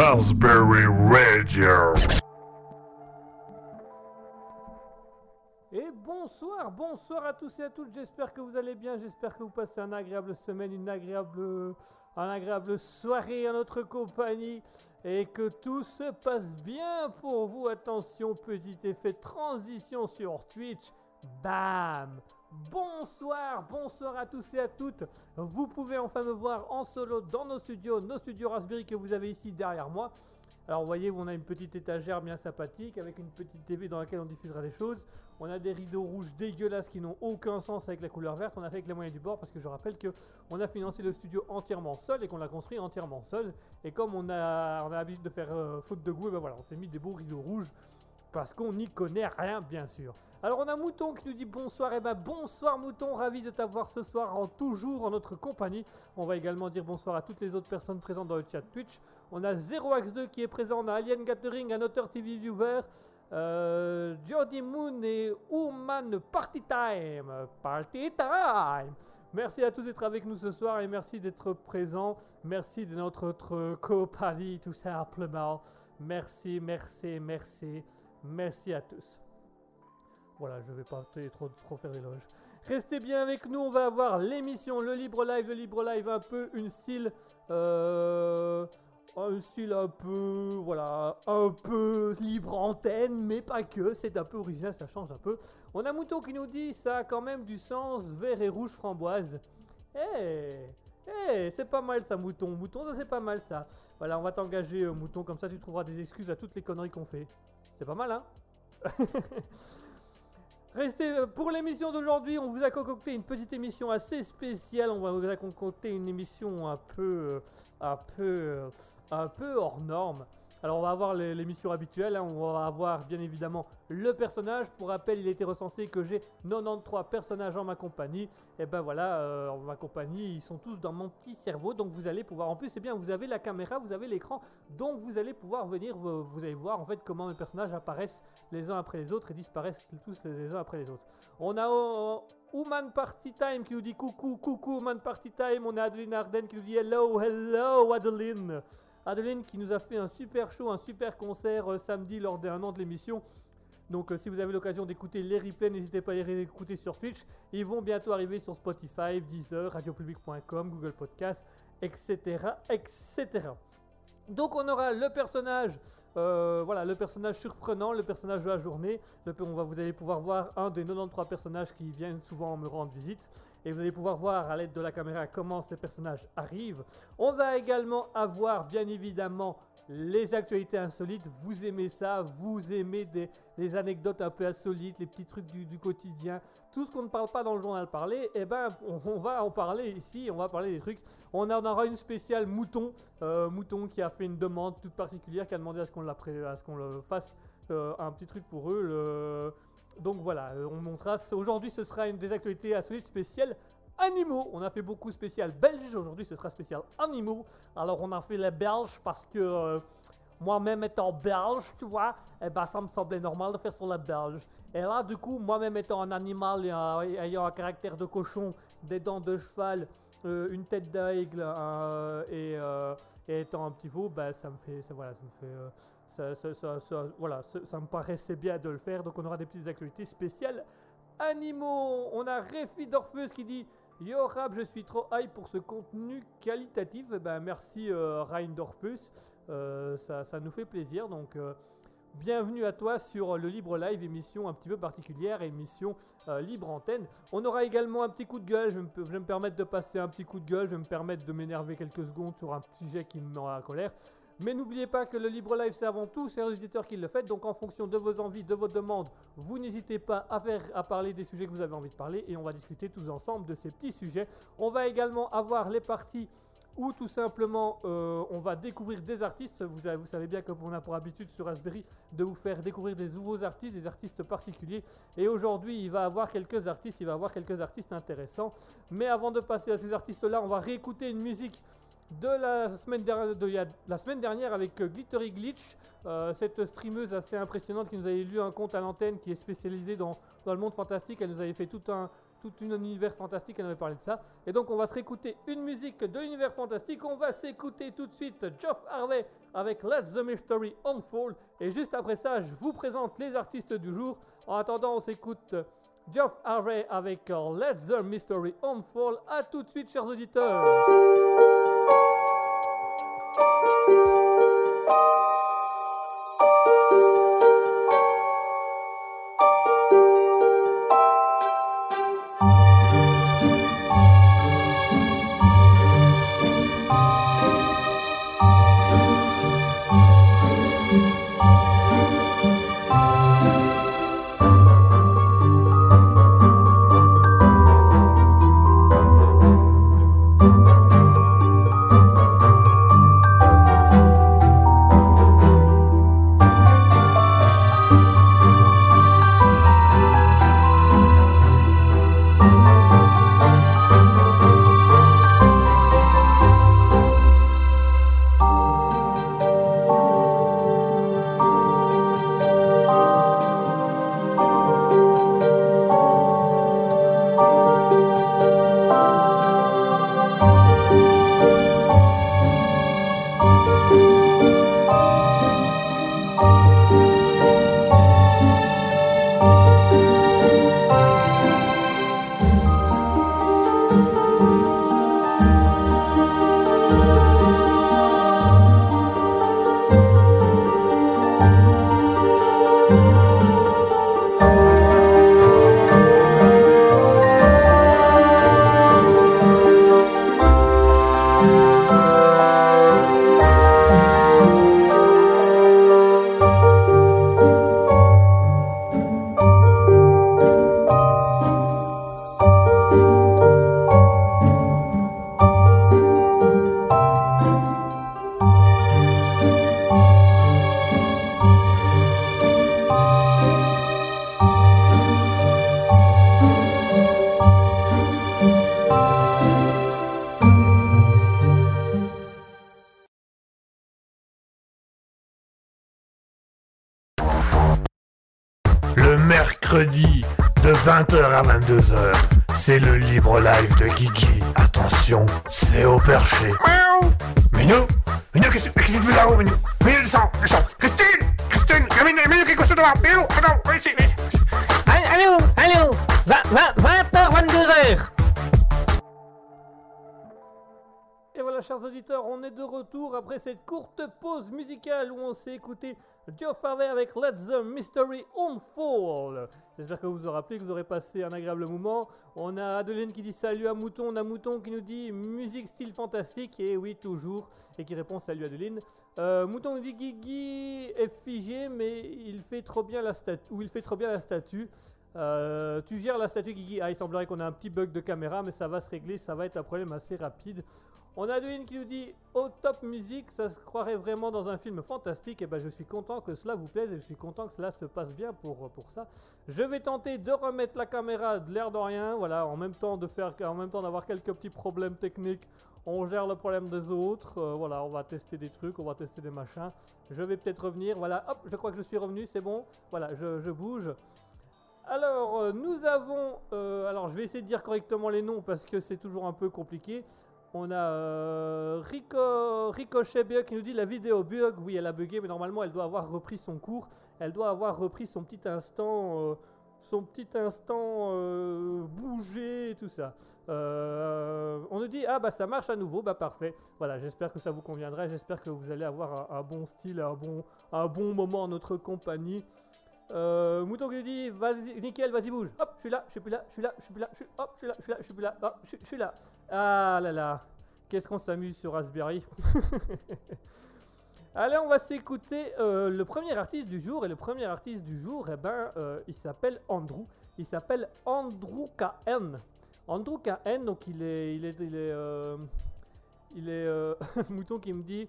Raspberry Radio. Et bonsoir à tous et à toutes, j'espère que vous allez bien, j'espère que vous passez une agréable semaine, une agréable soirée en notre compagnie et que tout se passe bien pour vous. Attention, petit effet de transition sur Twitch, bam! Bonsoir à tous et à toutes. Vous pouvez enfin me voir en solo dans nos studios Raspberry que vous avez ici derrière moi. Alors vous voyez, on a une petite étagère bien sympathique avec une petite TV dans laquelle on diffusera des choses. On a des rideaux rouges dégueulasses qui n'ont aucun sens avec la couleur verte. On a fait avec les moyens du bord parce que je rappelle que on a financé le studio entièrement seul et qu'on l'a construit entièrement seul. Et comme on a l'habitude de faire faute de goût, et ben voilà, on s'est mis des beaux rideaux rouges parce qu'on n'y connaît rien bien sûr. Alors on a Mouton qui nous dit bonsoir, et ben bonsoir Mouton, ravi de t'avoir ce soir toujours en notre compagnie. On va également dire bonsoir à toutes les autres personnes présentes dans le chat Twitch. On a 0x2 qui est présent, on a Alien Gathering, Another TV Viewer, Jordi Moon et Ouman Party Time. Merci à tous d'être avec nous ce soir et merci d'être présents. Merci de notre compagnie tout simplement. Merci à tous. Voilà, je vais pas trop faire d'éloges. Restez bien avec nous, on va avoir l'émission, le libre live, un peu un style un peu, voilà, un peu libre antenne, mais pas que, c'est un peu original, ça change un peu. On a Mouton qui nous dit, ça a quand même du sens, vert et rouge framboise. C'est pas mal ça Mouton, ça c'est pas mal ça. Voilà, on va t'engager Mouton, comme ça tu trouveras des excuses à toutes les conneries qu'on fait. C'est pas mal hein. Restez pour l'émission d'aujourd'hui, on vous a concocté une petite émission assez spéciale, on va vous a concocté une émission un peu hors norme. Alors on va avoir l'émission habituelle, hein. On va avoir bien évidemment le personnage. Pour rappel, il a été recensé que j'ai 93 personnages en ma compagnie. Et ben voilà, en ma compagnie, ils sont tous dans mon petit cerveau. Donc vous allez pouvoir, en plus c'est bien, vous avez la caméra, vous avez l'écran. Donc vous allez pouvoir venir, vous allez voir en fait comment mes personnages apparaissent les uns après les autres et disparaissent tous les uns après les autres. On a Ouman Party Time qui nous dit coucou Ouman Party Time. On a Adeline Arden qui nous dit hello Adeline. Adeline qui nous a fait un super show, un super concert samedi lors d'un an de l'émission. Donc si vous avez l'occasion d'écouter les replays, n'hésitez pas à les réécouter sur Twitch. Ils vont bientôt arriver sur Spotify, Deezer, radiopublic.com, Google Podcast, etc. Donc on aura le personnage, le personnage surprenant, le personnage de la journée. Vous allez pouvoir voir un des 93 personnages qui viennent souvent me rendre visite. Et vous allez pouvoir voir à l'aide de la caméra comment ces personnages arrivent. On va également avoir bien évidemment les actualités insolites. Vous aimez ça, vous aimez les anecdotes un peu insolites, les petits trucs du quotidien. Tout ce qu'on ne parle pas dans le journal parlé, eh ben on va en parler ici, on va parler des trucs. On en aura une spéciale Mouton. Mouton qui a fait une demande toute particulière, qui a demandé à ce qu'on le fasse un petit truc pour eux. Donc voilà, on montrera. Aujourd'hui, ce sera une des actualités insolites spéciales animaux. On a fait beaucoup spécial belge. Aujourd'hui, ce sera spécial animaux. Alors, on a fait les belges parce que moi-même étant belge, tu vois, eh ben, ça me semblait normal de faire sur les belges. Et là, du coup, moi-même étant un animal ayant un caractère de cochon, des dents de cheval, une tête d'aigle et étant un petit veau, ben, ça me paraissait bien de le faire. Donc on aura des petites actualités spéciales animaux. On a Réfi Dorfeuse qui dit yo Rap, je suis trop high pour ce contenu qualitatif. Eh ben merci Ryan Dorfeuse, ça nous fait plaisir. Donc bienvenue à toi sur le Libre Live, émission un petit peu particulière, émission libre antenne. On aura également un petit coup de gueule, je vais me permettre de passer un petit coup de gueule, je vais me permettre de m'énerver quelques secondes sur un sujet qui me met en colère. Mais n'oubliez pas que le Libre Live c'est avant tout, c'est les auditeurs qui le font. Donc en fonction de vos envies, de vos demandes, vous n'hésitez pas à parler des sujets que vous avez envie de parler. Et on va discuter tous ensemble de ces petits sujets. On va également avoir les parties où tout simplement on va découvrir des artistes. Vous savez bien qu'on a pour habitude sur Raspberry de vous faire découvrir des nouveaux artistes, des artistes particuliers. Et aujourd'hui il va y avoir quelques artistes intéressants. Mais avant de passer à ces artistes là, on va réécouter une musique de la semaine dernière avec Glittery Glitch, cette streameuse assez impressionnante qui nous avait lu un compte à l'antenne qui est spécialisée dans le monde fantastique. Elle nous avait fait tout tout un univers fantastique, elle m'avait parlé de ça. Et donc on va se réécouter une musique de l'univers fantastique. On va s'écouter tout de suite Geoff Harvey avec Let the Mystery Unfold. Et juste après ça, je vous présente les artistes du jour. En attendant, on s'écoute Geoff Harvey avec Let the Mystery Unfold. A tout de suite, chers auditeurs. Mercredi de 20h à 22h, c'est le libre live de Guigui. Attention, c'est au perché. Miaou. Minou, qu'est-ce que tu fais là-haut, Minou? Minou, descends. Christine, Minou, qu'est-ce que tu dois? Minou, attends, viens ici. Allô, 20h, 22h. Et voilà, chers auditeurs, on est de retour après cette courte pause musicale où on s'est écouté Geoff Harvey avec Let the Mystery Unfold. J'espère que vous vous en rappelez, que vous aurez passé un agréable moment. On a Adeline qui dit salut à Mouton, on a Mouton qui nous dit musique style fantastique, et oui, toujours, et qui répond salut Adeline. Mouton nous dit Guigui est figé, mais il fait trop bien la statue. Tu gères la statue, Guigui. Ah, il semblerait qu'on a un petit bug de caméra, mais ça va se régler, ça va être un problème assez rapide. On a Adeline qui nous dit au top musique, ça se croirait vraiment dans un film fantastique. Et ben je suis content que cela vous plaise et je suis content que cela se passe bien pour ça. Je vais tenter de remettre la caméra de l'air de rien, voilà, en même temps d'avoir quelques petits problèmes techniques. On gère le problème des autres, voilà, on va tester des trucs, on va tester des machins. Je vais peut-être revenir, voilà, hop, je crois que je suis revenu, c'est bon, voilà, je bouge. Alors, nous avons, alors je vais essayer de dire correctement les noms parce que c'est toujours un peu compliqué. On a Ricochet Bug qui nous dit la vidéo bug. Oui, elle a bugué, mais normalement elle doit avoir repris son cours. Elle doit avoir repris son petit instant bougé et tout ça. On nous dit ah bah ça marche à nouveau, bah parfait. Voilà, j'espère que ça vous conviendra. J'espère que vous allez avoir un bon style, un bon moment en notre compagnie. Mouton qui nous dit vas-y, nickel, vas-y bouge. Hop, je suis là, je suis plus là, je suis là, je suis plus là, hop, je suis là, je suis là, je suis plus là, hop, je suis là. Ah là là, qu'est-ce qu'on s'amuse sur Raspberry. Allez, on va s'écouter le premier artiste du jour. Et le premier artiste du jour, eh ben, il s'appelle Andrew. Il s'appelle Andrew KN. Andrew KN, donc il est Mouton qui me dit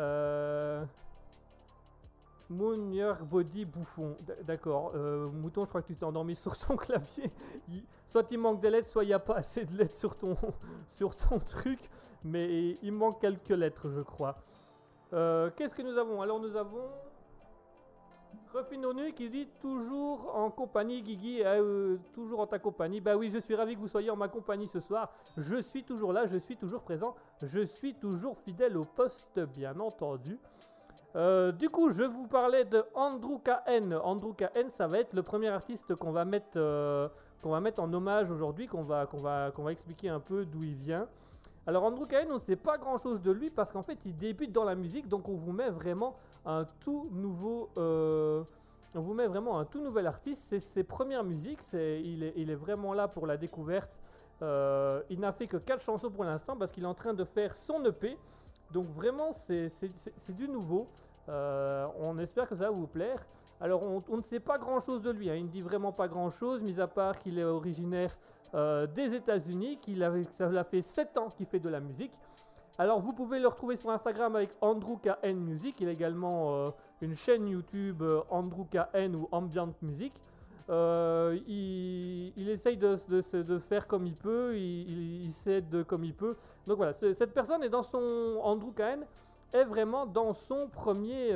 Moon Body Bouffon. D'accord. Mouton, je crois que tu t'es endormi sur ton clavier. Soit il manque des lettres, soit il n'y a pas assez de lettres sur ton truc. Mais il manque quelques lettres, je crois. Qu'est-ce que nous avons? Alors nous avons Refinonu qui dit toujours en compagnie, Guigui, toujours en ta compagnie. Bah oui, je suis ravi que vous soyez en ma compagnie ce soir. Je suis toujours là, je suis toujours présent, je suis toujours fidèle au poste, bien entendu. Du coup, je vous parlais de Andrew KN. Andrew KN, ça va être le premier artiste qu'on va mettre en hommage aujourd'hui, qu'on va expliquer un peu d'où il vient. Alors Andrew KN, on ne sait pas grand chose de lui parce qu'en fait il débute dans la musique, donc on vous met vraiment un tout nouveau artiste. C'est ses premières musiques, il est vraiment là pour la découverte. Il n'a fait que 4 chansons pour l'instant parce qu'il est en train de faire son EP, donc vraiment c'est du nouveau. On espère que ça va vous plaire. Alors on ne sait pas grand chose de lui, hein. Il ne dit vraiment pas grand chose, mis à part qu'il est originaire des États-Unis, ça fait 7 ans qu'il fait de la musique. Alors vous pouvez le retrouver sur Instagram avec Andrew KN Music. Il a également une chaîne YouTube Andrew KN ou Ambient Music. Il essaye de faire comme il peut, il s'aide comme il peut. Donc voilà, cette personne est Andrew KN est vraiment dans son premier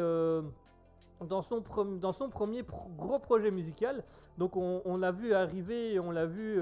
gros projet musical. Donc on l'a vu arriver, on l'a vu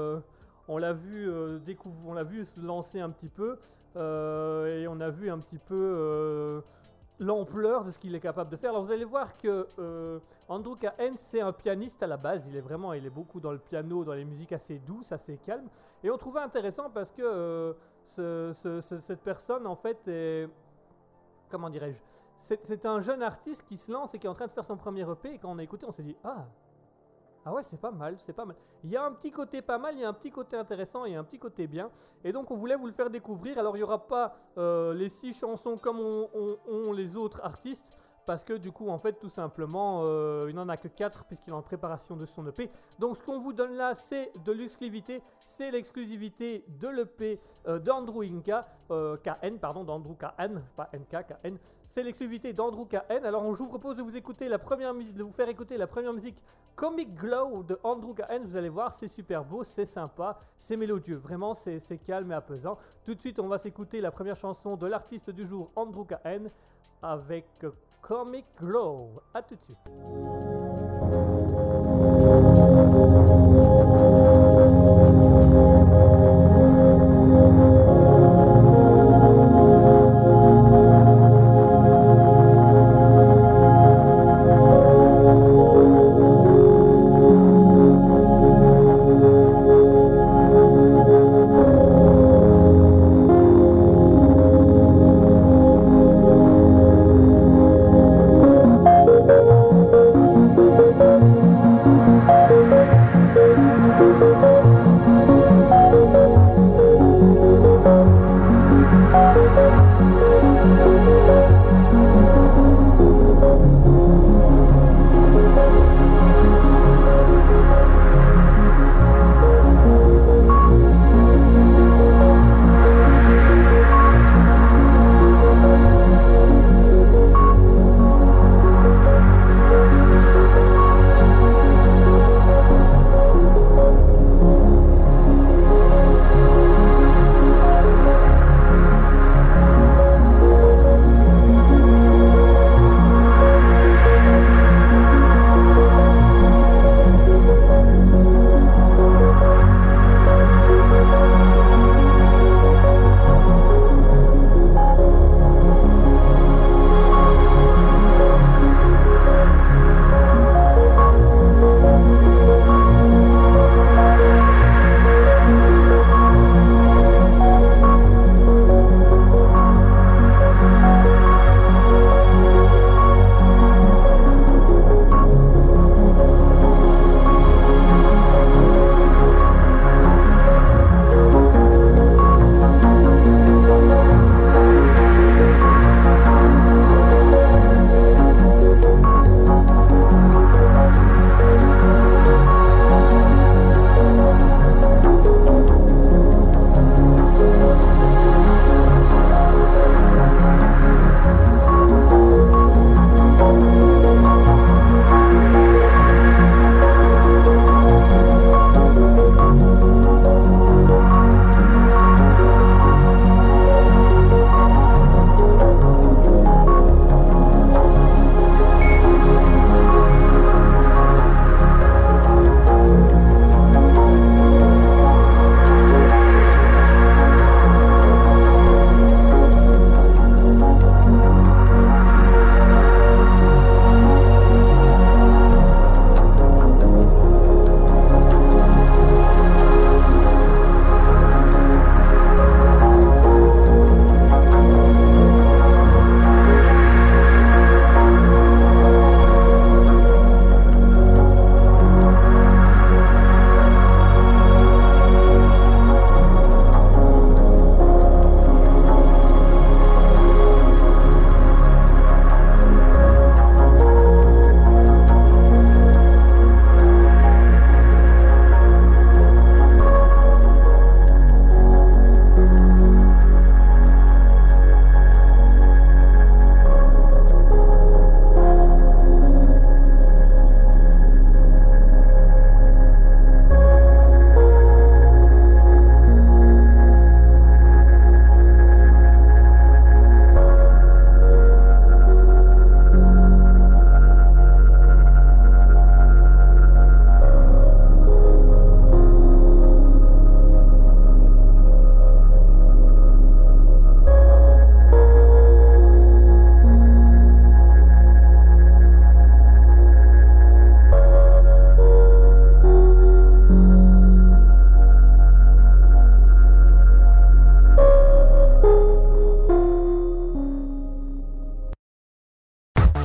se lancer un petit peu, et on a vu un petit peu l'ampleur de ce qu'il est capable de faire. Alors vous allez voir que Andrew KN, c'est un pianiste à la base. Il est beaucoup dans le piano, dans les musiques assez douces, assez calmes, et on trouvait intéressant parce que cette personne en fait est, comment dirais-je, c'est un jeune artiste qui se lance et qui est en train de faire son premier EP, et quand on a écouté on s'est dit ah ouais, c'est pas mal. Il y a un petit côté pas mal, il y a un petit côté intéressant, il y a un petit côté bien. Et donc on voulait vous le faire découvrir. Alors il n'y aura pas les 6 chansons comme ont les autres artistes, parce que du coup en fait tout simplement il n'en a que 4 puisqu'il est en préparation de son EP. Donc ce qu'on vous donne là c'est de l'exclusivité, c'est l'exclusivité de l'EP d'Andrew KN, d'Andrew KN, pas NK, KN. C'est l'exclusivité d'Andrew KN. Alors je vous propose de vous faire écouter la première musique, Comic Glow de Andrew KN. Vous allez voir, c'est super beau, c'est sympa, c'est mélodieux, vraiment c'est calme et apaisant. Tout de suite on va s'écouter la première chanson de l'artiste du jour, Andrew KN, avec Comic Glow. A tout de suite.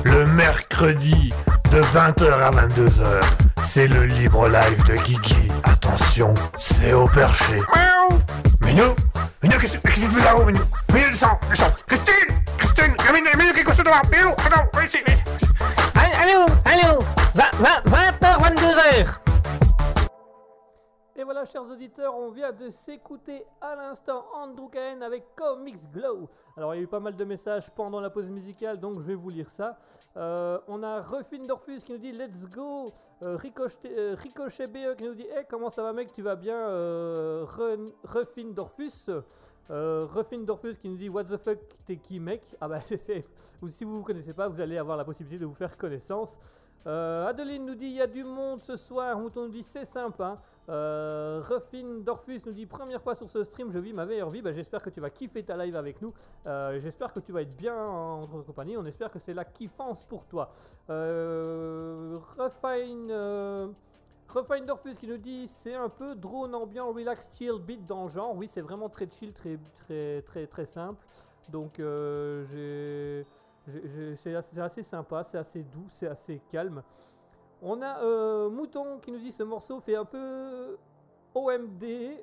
le mercredi de 20h à 22h. C'est le libre live de Guigui. Attention, c'est au perché. Minou, qu'est-ce que tu fais là-haut, Minou? Minou, descends. Christine, Minou, qu'est-ce que tu fais? Minou, attends, ici. Allô, 20h, 22h. Et voilà, chers auditeurs, on vient de s'écouter à l'instant Andrew Cahen avec Comics Glow. Alors, il y a eu pas mal de messages pendant la pause musicale, donc je vais vous lire ça. On a Ruffin Dorfus qui nous dit Let's go. Ricochet BE qui nous dit Hey, comment ça va, mec? Tu vas bien? Ruffin Dorfus. Ruffin Dorfus qui nous dit What the fuck, t'es qui, mec? Ah bah, si vous connaissez pas, vous allez avoir la possibilité de vous faire connaissance. Adeline nous dit il y a du monde ce soir. Mouton nous dit c'est sympa. Ruffin Dorfus nous dit première fois sur ce stream, je vis ma meilleure vie. Bah, j'espère que tu vas kiffer ta live avec nous. J'espère que tu vas être bien en notre compagnie. On espère que c'est la kiffance pour toi. Ruffin Dorfus qui nous dit c'est un peu drone ambiant relax chill beat dans le genre. Oui, c'est vraiment très chill, très simple. Donc c'est assez sympa, c'est assez doux, c'est assez calme. On a Mouton qui nous dit ce morceau fait un peu OMD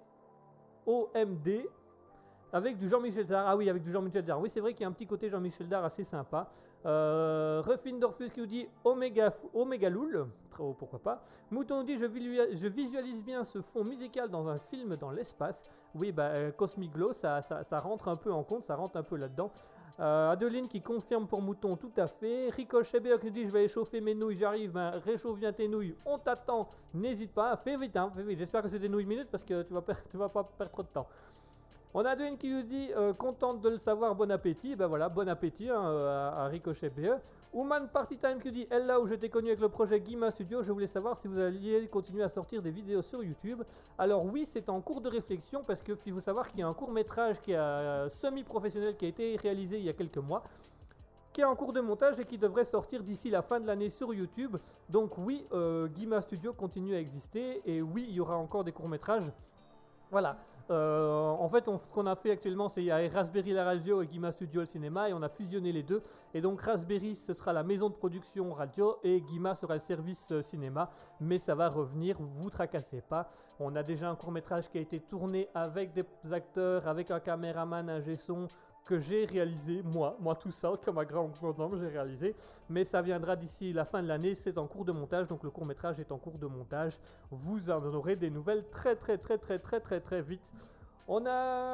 avec du Jean-Michel Jarre. Ah oui, avec du Jean-Michel Jarre. Oui, c'est vrai qu'il y a un petit côté Jean-Michel Jarre assez sympa. Ruffin Dorfus qui nous dit Omega Loul, pourquoi pas. Mouton nous dit je visualise bien ce fond musical dans un film dans l'espace. Oui, bah Cosmic Glow, ça rentre un peu en compte, ça rentre un peu là-dedans. Adeline qui confirme pour Mouton, tout à fait. Ricochet Béoc nous dit je vais échauffer mes nouilles, j'arrive. Ben, réchauffe bien tes nouilles, on t'attend, n'hésite pas, fais vite, hein, fais vite. J'espère que c'est des nouilles minutes parce que tu vas pas perdre trop de temps. On a Adeline qui nous dit contente de le savoir, bon appétit. Ben voilà, bon appétit hein, à Ricochet BE. Ouman Party Time qui dit elle là où je t'ai connu avec le projet Guima Studio, je voulais savoir si vous alliez continuer à sortir des vidéos sur YouTube. Alors oui, c'est en cours de réflexion parce que il faut savoir qu'il y a un court métrage qui est semi-professionnel qui a été réalisé il y a quelques mois, qui est en cours de montage et qui devrait sortir d'ici la fin de l'année sur YouTube. Donc oui, Guima Studio continue à exister et oui, il y aura encore des courts métrages. Voilà. En fait, ce qu'on a fait actuellement, c'est il y a Raspberry la radio et Guima Studio le cinéma et on a fusionné les deux. Et donc Raspberry, ce sera la maison de production radio et Guima sera le service cinéma. Mais ça va revenir, vous tracassez pas. On a déjà un court-métrage qui a été tourné avec des acteurs, avec un caméraman, un G-son que j'ai réalisé, moi tout seul, comme un grand homme, j'ai réalisé. Mais ça viendra d'ici la fin de l'année, c'est en cours de montage, donc le court-métrage est en cours de montage. Vous en aurez des nouvelles très vite. On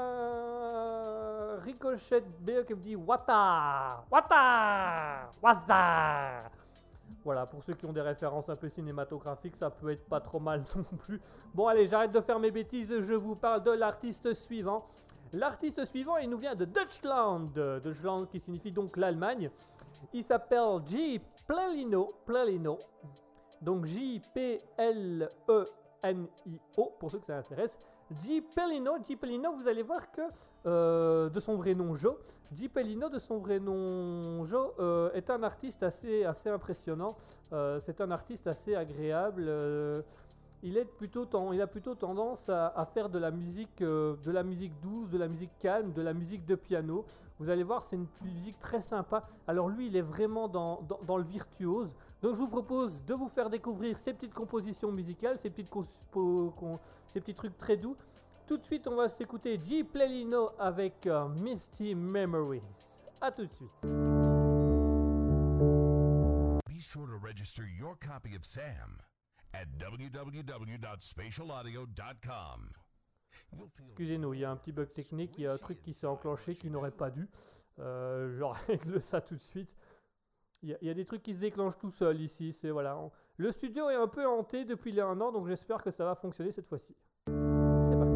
a Ricochet BE qui me dit Wata. Voilà, pour ceux qui ont des références un peu cinématographiques, ça peut être pas trop mal non plus. Bon allez, j'arrête de faire mes bêtises, je vous parle de l'artiste suivant. L'artiste suivant, il nous vient de Deutschland. Deutschland qui signifie donc l'Allemagne. Il s'appelle J. Plelino. Donc J-P-L-E-N-I-O, pour ceux que ça intéresse. J. Plelino, vous allez voir que de son vrai nom Joe, J. Plelino de son vrai nom Joe est un artiste assez impressionnant. C'est un artiste assez agréable. Il a plutôt tendance à faire de la musique douce, de la musique calme, de la musique de piano. Vous allez voir, c'est une musique très sympa. Alors lui, il est vraiment dans le virtuose. Donc je vous propose de vous faire découvrir ces petites compositions musicales, ces petits trucs très doux. Tout de suite, on va s'écouter J. Plelino avec Misty Memories. A tout de suite. Be sure to register your copy of Sam at www.spatialaudio.com. Excusez-nous, il y a un petit bug technique, il y a un truc qui s'est enclenché qui n'aurait pas dû. Je règle ça tout de suite. Il y a des trucs qui se déclenchent tout seul ici. Voilà. Le studio est un peu hanté depuis un an, donc j'espère que ça va fonctionner cette fois-ci. C'est parti.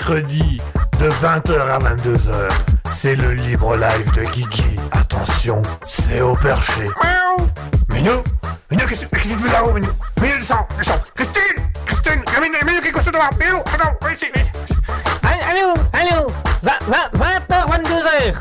mercredi de 20h à 22h. C'est le libre live de Guigui. Attention, c'est au perché. Minou, qu'est-ce que tu fais là-haut, Minou? Minou, descends. Christine, Minou, qu'est-ce que tu fais là? Minou, attends, viens ici. Allô 20h, 22h.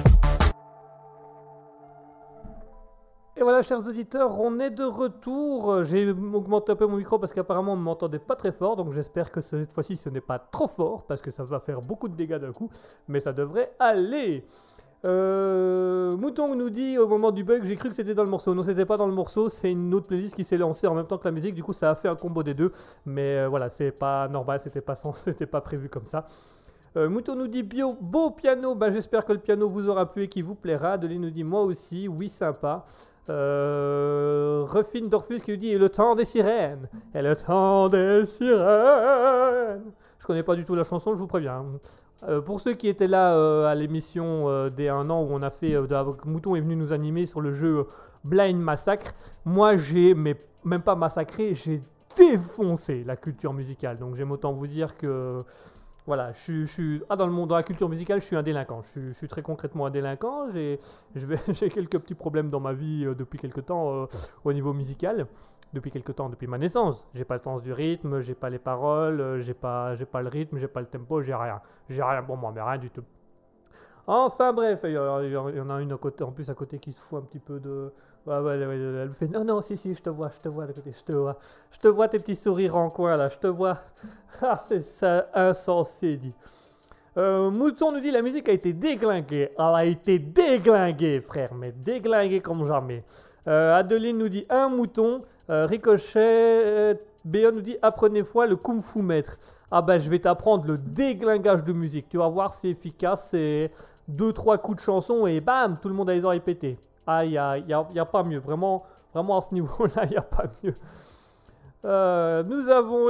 Et voilà, chers auditeurs, on est de retour. J'ai augmenté un peu mon micro parce qu'apparemment on ne m'entendait pas très fort, donc j'espère que cette fois-ci ce n'est pas trop fort parce que ça va faire beaucoup de dégâts d'un coup, mais ça devrait aller. Mouton nous dit au moment du bug, j'ai cru que c'était dans le morceau. Non, c'était pas dans le morceau, c'est une autre playlist qui s'est lancée en même temps que la musique, du coup ça a fait un combo des deux, mais voilà, c'est pas normal, c'était pas prévu comme ça. Mouton nous dit beau piano, bah j'espère que le piano vous aura plu et qu'il vous plaira. Adeline nous dit moi aussi, oui sympa. Ruffin Dorfus qui nous dit le temps des sirènes. Et le temps des sirènes. Je connais pas du tout la chanson, je vous préviens. Pour ceux qui étaient là à l'émission dès un an où on a fait Mouton est venu nous animer sur le jeu Blind Massacre, moi j'ai même pas massacré, j'ai défoncé la culture musicale. Donc j'aime autant vous dire que voilà, je suis dans la culture musicale, je suis un délinquant. Je suis très concrètement un délinquant. J'ai quelques petits problèmes dans ma vie depuis quelques temps au niveau musical. Depuis ma naissance. J'ai pas le sens du rythme, j'ai pas les paroles, j'ai pas le rythme, j'ai pas le tempo, j'ai rien. J'ai rien pour moi, mais rien du tout. Enfin bref, il y en a une à côté, en plus à côté qui se fout un petit peu de... Ouais, elle me fait non, si, je te vois à côté, je te vois tes petits sourires en coin là, je te vois. Ah, c'est ça, insensé, dit. Mouton nous dit la musique a été déglinguée. Elle a été déglinguée, frère, mais déglinguée comme jamais. Adeline nous dit un mouton. Ricochet, Béon nous dit apprenez-moi le kung fu maître. Ah bah je vais t'apprendre le déglingage de musique. Tu vas voir, c'est efficace, c'est 2-3 coups de chanson et bam, tout le monde a les oreilles pétées. Ah, y a pas mieux, vraiment à ce niveau-là, il n'y a pas mieux. Nous avons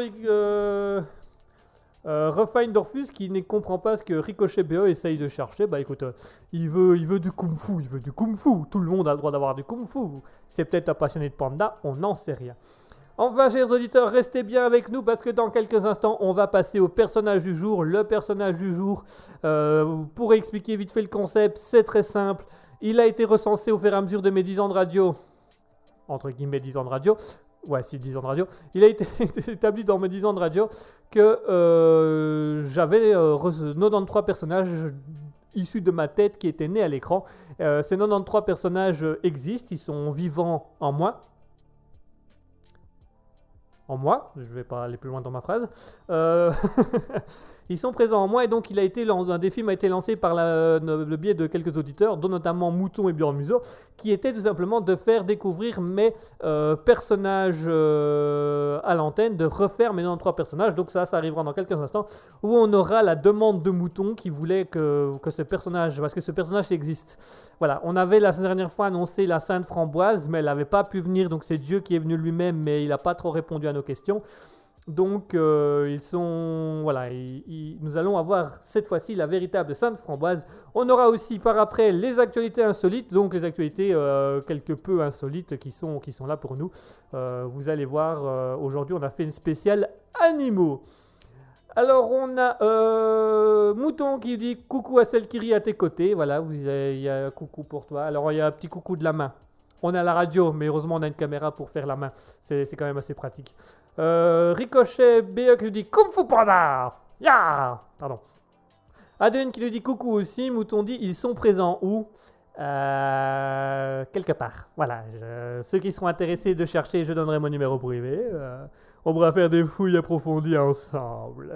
Refine Dorfus qui ne comprend pas ce que Ricochet BO essaye de chercher. Bah écoute, il veut du kung fu, tout le monde a le droit d'avoir du kung fu. C'est peut-être un passionné de panda, on n'en sait rien. Enfin, chers auditeurs, restez bien avec nous parce que dans quelques instants, on va passer au personnage du jour. Le personnage du jour, pour expliquer vite fait le concept, c'est très simple. Il a été recensé au fur et à mesure de mes 10 ans de radio. Entre guillemets 10 ans de radio. Ouais, si 10 ans de radio. Il a été établi dans mes 10 ans de radio que j'avais 93 personnages issus de ma tête qui étaient nés à l'écran. Ces 93 personnages existent, ils sont vivants en moi. Je vais pas aller plus loin dans ma phrase. Ils sont présents en moi et donc un défi m'a été lancé par le biais de quelques auditeurs, dont notamment Mouton et Bjorn Museau, qui était tout simplement de faire découvrir mes personnages à l'antenne, de refaire mes 93 personnages. Donc ça arrivera dans quelques instants, où on aura la demande de Mouton qui voulait que ce personnage, parce que ce personnage existe. Voilà, on avait la dernière fois annoncé la Sainte Framboise, mais elle n'avait pas pu venir, donc c'est Dieu qui est venu lui-même, mais il n'a pas trop répondu à nos questions. Donc nous allons avoir cette fois-ci la véritable Sainte Framboise. On aura aussi par après les actualités insolites, donc les actualités quelque peu insolites qui sont là pour nous. Vous allez voir, aujourd'hui on a fait une spéciale animaux. Alors on a Mouton qui dit coucou à celle qui rit à tes côtés. Voilà, il y a coucou pour toi. Alors il y a un petit coucou de la main. On a la radio, mais heureusement on a une caméra pour faire la main. C'est quand même assez pratique. Ricochet BE qui nous dit Kung Fu Panda. Ya. Pardon. Adeline qui nous dit coucou aussi. Mouton dit ils sont présents où? Quelque part. Voilà. Ceux qui seront intéressés de chercher, je donnerai mon numéro privé. On pourra faire des fouilles approfondies ensemble.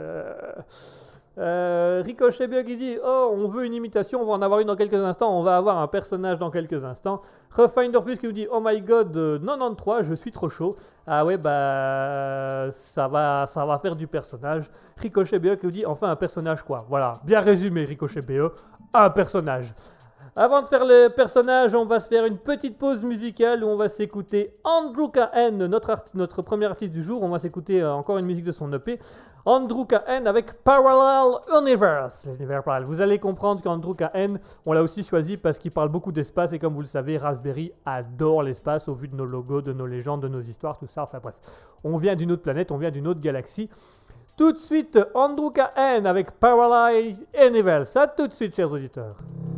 Ricochet BE qui dit oh, on veut une imitation, on va en avoir une dans quelques instants, on va avoir un personnage dans quelques instants. Refine Dorfus qui nous dit oh my god, 93, je suis trop chaud. Ah ouais, bah ça va faire du personnage. Ricochet BE qui nous dit enfin un personnage quoi. Voilà, bien résumé Ricochet BE, un personnage. Avant de faire le personnage, on va se faire une petite pause musicale où on va s'écouter Andrew K.N, notre premier artiste du jour. On va s'écouter encore une musique de son EP. Andrew K.N avec Parallel Universe. L'univers parallèle. Vous allez comprendre qu'Andrew K.N, on l'a aussi choisi parce qu'il parle beaucoup d'espace et comme vous le savez, Raspberry adore l'espace au vu de nos logos, de nos légendes, de nos histoires, tout ça. Enfin bref, on vient d'une autre planète, on vient d'une autre galaxie. Tout de suite, Andrew KN avec Paralyzed Universe. À tout de suite, chers auditeurs.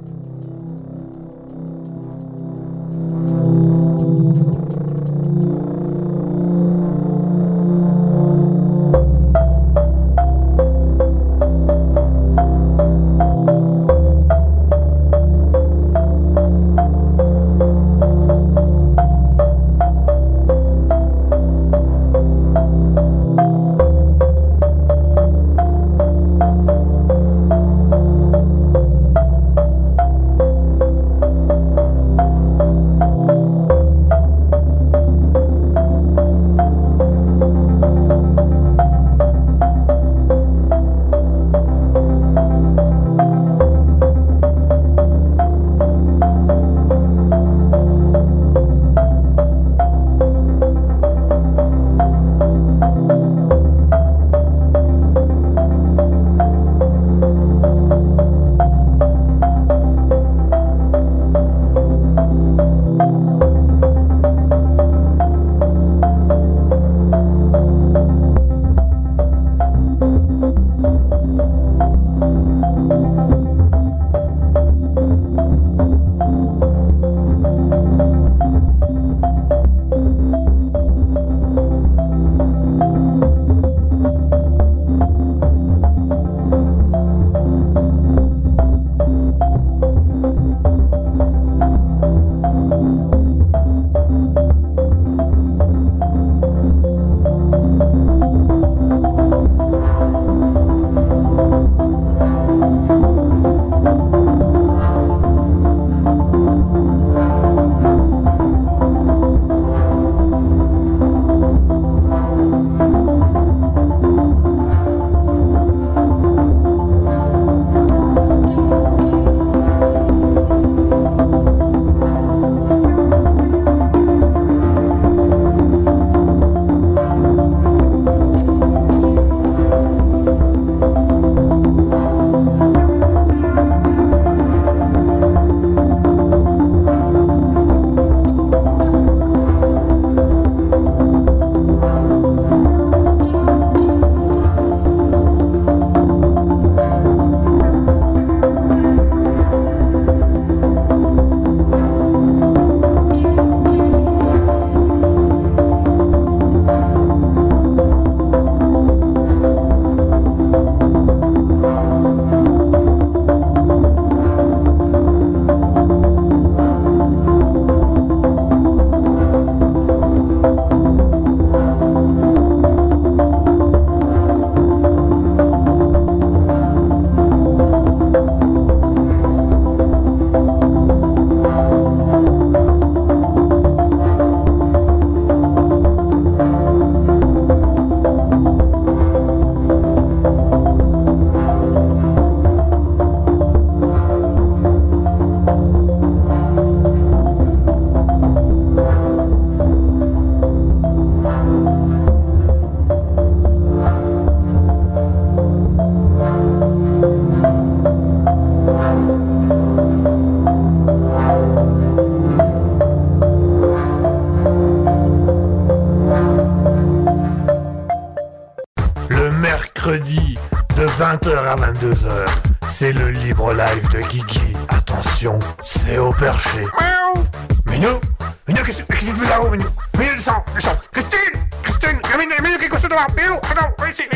mercredi de 20h à 22h. C'est le libre live de Guigui. Attention, c'est au perché. Miaou. Minou, qu'est-ce que tu fais là-haut, Minou? Minou, descends. Christine, Minou, qu'est-ce que tu fais? Minou, attends, viens ici.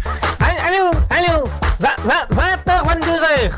Allô 20h, 22h.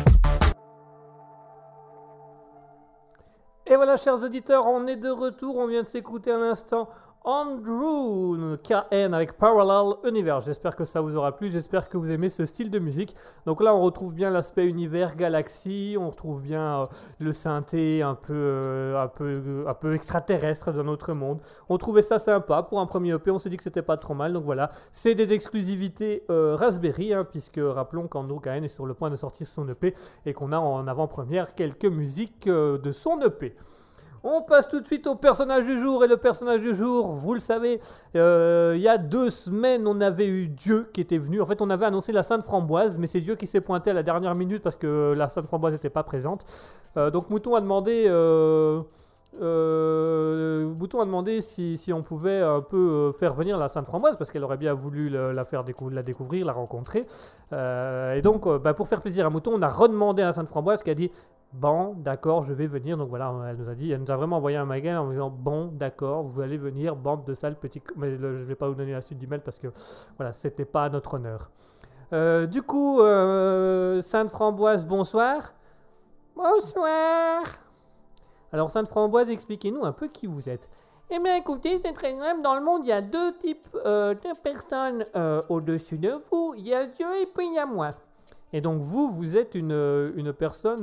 Et voilà, chers auditeurs, on est de retour. On vient de s'écouter à l'instant Andrew KN avec Parallel Universe. J'espère que ça vous aura plu, j'espère que vous aimez ce style de musique. Donc là on retrouve bien l'aspect univers, galaxie, on retrouve bien le synthé un peu extraterrestre d'un autre monde. On trouvait ça sympa pour un premier EP, on s'est dit que c'était pas trop mal. Donc voilà, c'est des exclusivités Raspberry, puisque rappelons qu'Andrew KN est sur le point de sortir son EP et qu'on a en avant-première quelques musiques de son EP. On passe tout de suite au personnage du jour. Et le personnage du jour, vous le savez, il y a 2 semaines, on avait eu Dieu qui était venu. En fait, on avait annoncé la Sainte Framboise, mais c'est Dieu qui s'est pointé à la dernière minute parce que la Sainte Framboise n'était pas présente. Donc Mouton a demandé Bouton a demandé si on pouvait un peu faire venir la Sainte Framboise parce qu'elle aurait bien voulu la découvrir, la rencontrer. Et donc, pour faire plaisir à Mouton, on a redemandé à la Sainte Framboise qui a dit bon, d'accord, je vais venir. Donc voilà, elle nous a vraiment envoyé un mail en disant bon, d'accord, vous allez venir, bande de sales petits. Mais je ne vais pas vous donner la suite du mail parce que voilà, c'était pas à notre honneur. Du coup, Sainte Framboise, bonsoir. Bonsoir. Alors, Sainte Framboise, expliquez-nous un peu qui vous êtes. Eh bien, écoutez, c'est très simple. Dans le monde, il y a deux types de personnes au-dessus de vous. Il y a Dieu et puis il y a moi. Et donc, vous êtes une personne,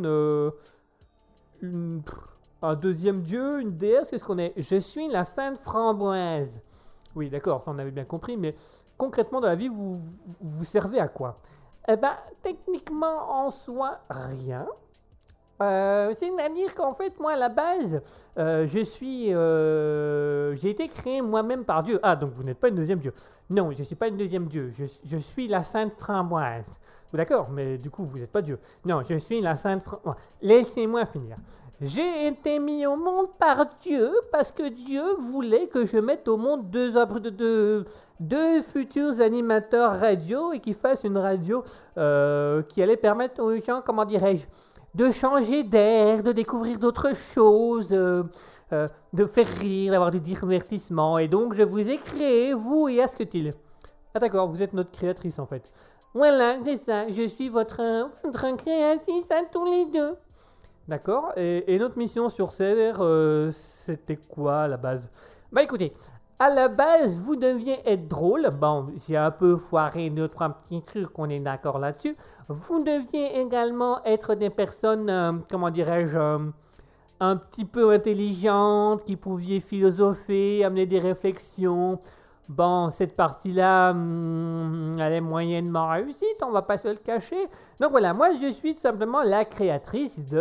un deuxième dieu, une déesse, qu'est-ce qu'on est? Je suis la Sainte Framboise. Oui, d'accord, ça on avait bien compris, mais concrètement, dans la vie, vous servez à quoi? Eh bien, techniquement, en soi, rien. C'est-à-dire qu'en fait, moi, à la base, j'ai été créé moi-même par Dieu. Ah, donc vous n'êtes pas une deuxième dieu. Non, je ne suis pas une deuxième Dieu. Je suis la Sainte Framboise. D'accord, mais du coup, vous n'êtes pas Dieu. Non, je suis la Sainte Framboise. Laissez-moi finir. J'ai été mis au monde par Dieu parce que Dieu voulait que je mette au monde deux futurs animateurs radio et qu'ils fassent une radio qui allait permettre aux gens, comment dirais-je, de changer d'air, de découvrir d'autres choses, de faire rire, d'avoir du divertissement. Et donc, je vous ai créé, vous et Asketil. Ah d'accord, vous êtes notre créatrice en fait. Voilà, c'est ça. Je suis votre créatrice à tous les deux. D'accord. Et notre mission sur Terre, c'était quoi à la base? Bah écoutez, à la base, vous deviez être drôle. Bon, j'ai un peu foiré 2-3 petits trucs, on est d'accord là-dessus. Vous deviez également être des personnes, comment dirais-je, un petit peu intelligentes, qui pouviez philosopher, amener des réflexions. Bon, cette partie-là, elle est moyennement réussite, on va pas se le cacher. Donc voilà, moi je suis tout simplement la créatrice de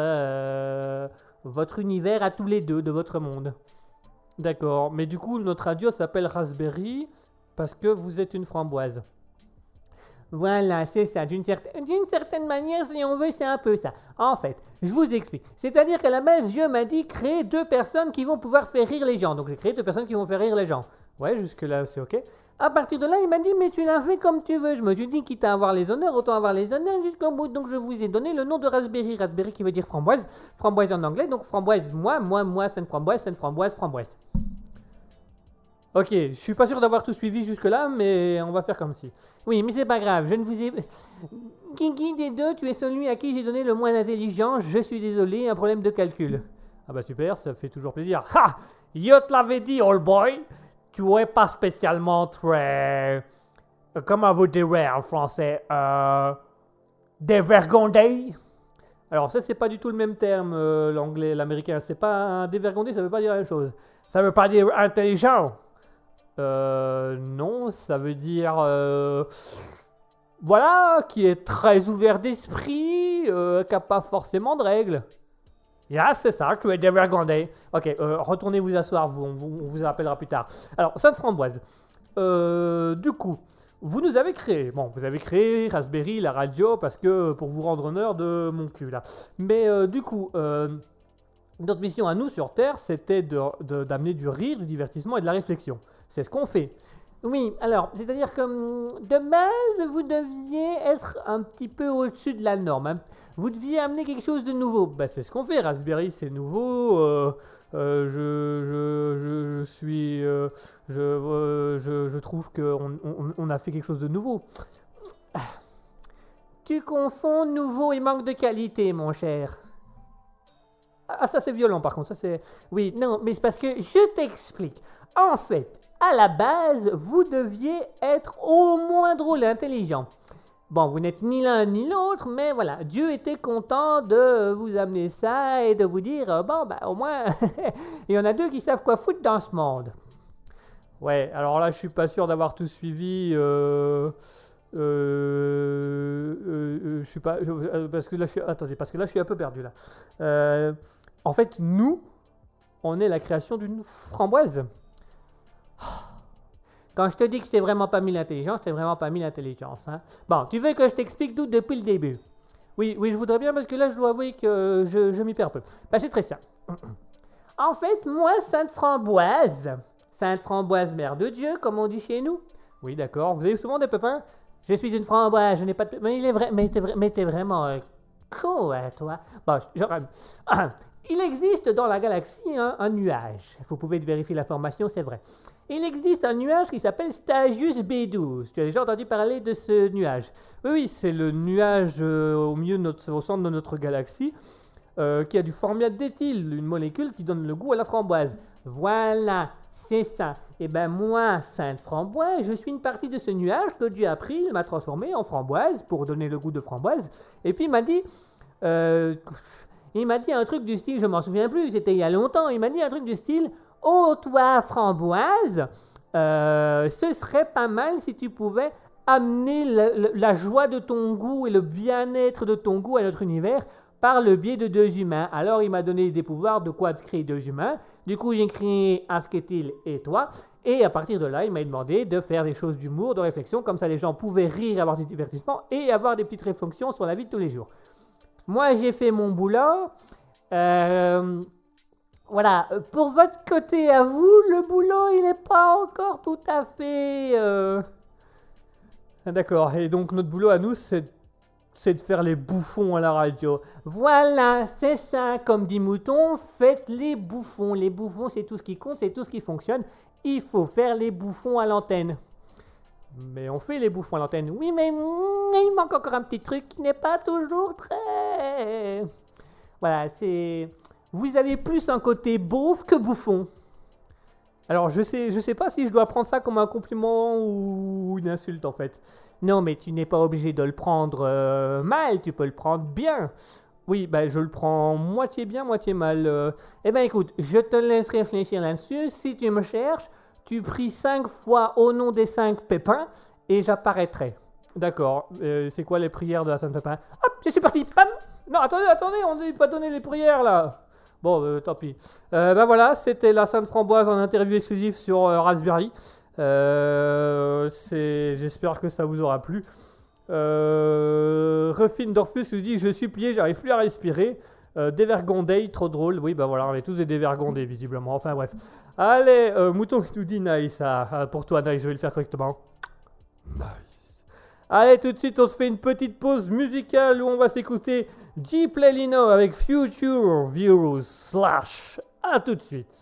votre univers à tous les deux, de votre monde. D'accord, mais du coup, notre radio s'appelle Raspberry parce que vous êtes une framboise. Voilà, c'est ça. D'une certaine manière, si on veut, c'est un peu ça. En fait, je vous explique. C'est-à-dire qu'à la base, Dieu m'a dit créer deux personnes qui vont pouvoir faire rire les gens. Donc j'ai créé deux personnes qui vont faire rire les gens. Ouais, jusque-là, c'est ok. À partir de là, il m'a dit, mais tu l'as fait comme tu veux. Je me suis dit, quitte à avoir les honneurs, autant avoir les honneurs jusqu'au bout. Donc je vous ai donné le nom de Raspberry. Raspberry qui veut dire framboise. Framboise en anglais. Donc framboise, moi, c'est une framboise, framboise. Ok, je suis pas sûr d'avoir tout suivi jusque-là, mais on va faire comme si. Oui, mais c'est pas grave, je ne vous ai... Kiki des deux, tu es celui à qui j'ai donné le moins d'intelligence. Je suis désolé, un problème de calcul. Ah bah super, ça fait toujours plaisir. Ha! Yo te l'avais dit, old boy. Tu es pas spécialement très... comment vous direz en français? Dévergondé? Alors ça, c'est pas du tout le même terme, l'anglais, l'américain. C'est pas... dévergondé, ça veut pas dire la même chose. Ça veut pas dire intelligent. Non, ça veut dire... voilà, qui est très ouvert d'esprit, qui n'a pas forcément de règles. C'est ça, tu es dévergondé. Ok, retournez vous asseoir, on vous appellera plus tard. Alors, Sainte Framboise, du coup, vous nous avez créé, vous avez créé Raspberry, la radio, parce que pour vous rendre honneur de mon cul, là. Mais du coup, notre mission à nous sur Terre, c'était d'amener du rire, du divertissement et de la réflexion. C'est ce qu'on fait. Oui, alors, c'est-à-dire que de base, vous deviez être un petit peu au-dessus de la norme. Hein. Vous deviez amener quelque chose de nouveau. Bah, c'est ce qu'on fait. Raspberry, c'est nouveau. Je trouve qu'on a fait quelque chose de nouveau. Tu confonds nouveau et manque de qualité, mon cher. Ah, ça c'est violent par contre. Ça c'est... Oui, non, mais c'est parce que je t'explique. En fait, à la base, vous deviez être au moins drôle et intelligent. Bon, vous n'êtes ni l'un ni l'autre, mais voilà, Dieu était content de vous amener ça et de vous dire, au moins, il y en a deux qui savent quoi foutre dans ce monde. Ouais, alors là, je suis pas sûr d'avoir tout suivi. Je suis pas... parce que là, je suis un peu perdu là. En fait, nous, on est la création d'une framboise. Quand je te dis que je t'ai vraiment pas mis l'intelligence, je t'ai vraiment pas mis l'intelligence. Hein. Bon, tu veux que je t'explique tout depuis le début? Oui, je voudrais bien parce que là, je dois avouer que je m'y perds un peu. Ben, c'est très simple. En fait, moi, Sainte Framboise, mère de Dieu, comme on dit chez nous. Oui, d'accord. Vous avez souvent des pépins? Je suis une framboise, je n'ai pas de... Mais il est vrai, mais t'es vraiment con, hein, toi. Bon, il existe dans la galaxie un nuage. Vous pouvez vérifier l'information, c'est vrai. Il existe un nuage qui s'appelle Stagius B12. Tu as déjà entendu parler de ce nuage? Oui, c'est le nuage au centre de notre galaxie qui a du formiate d'éthyle, une molécule qui donne le goût à la framboise. Voilà, c'est ça. Et ben moi, Sainte Framboise, je suis une partie de ce nuage que Dieu a pris, il m'a transformé en framboise pour donner le goût de framboise. Et puis il m'a dit un truc du style, je m'en souviens plus, c'était il y a longtemps, il m'a dit un truc du style: oh toi framboise, ce serait pas mal si tu pouvais amener la joie de ton goût et le bien-être de ton goût à notre univers par le biais de 2 humains. Alors il m'a donné des pouvoirs de créer 2 humains. Du coup j'ai créé Asketil et toi. Et à partir de là, il m'a demandé de faire des choses d'humour, de réflexion, comme ça les gens pouvaient rire, avoir du divertissement et avoir des petites réflexions sur la vie de tous les jours. Moi j'ai fait mon boulot. Voilà, pour votre côté à vous, le boulot, il n'est pas encore tout à fait... D'accord, et donc notre boulot à nous, c'est de faire les bouffons à la radio. Voilà, c'est ça, comme dit Mouton, faites les bouffons. Les bouffons, c'est tout ce qui compte, c'est tout ce qui fonctionne. Il faut faire les bouffons à l'antenne. Mais on fait les bouffons à l'antenne. Oui, mais il manque encore un petit truc qui n'est pas toujours très... Voilà, c'est... Vous avez plus un côté beauf que bouffon. Alors, je sais pas si je dois prendre ça comme un compliment ou une insulte, en fait. Non, mais tu n'es pas obligé de le prendre mal, tu peux le prendre bien. Oui, ben, je le prends moitié bien, moitié mal. Eh ben, écoute, je te laisse réfléchir là-dessus. Si tu me cherches, tu pries 5 fois au nom des 5 pépins et j'apparaîtrai. D'accord. C'est quoi les prières de la Sainte Pépin? Hop, je suis parti. Bam. Non, attendez, on ne pas donner les prières, là. Bon, tant pis. Ben voilà, c'était la Sainte Framboise en interview exclusive sur Raspberry. J'espère que ça vous aura plu. Ruffin Dorfus nous dit: je suis plié, j'arrive plus à respirer. Dévergondé, trop drôle. Oui, ben voilà, on est tous des dévergondés, visiblement. Enfin, bref. Allez, Mouton qui nous dit nice. Pour toi, nice, je vais le faire correctement. Nice. Allez, tout de suite, on se fait une petite pause musicale où on va s'écouter G. Plelino avec Future Virus / A tout de suite.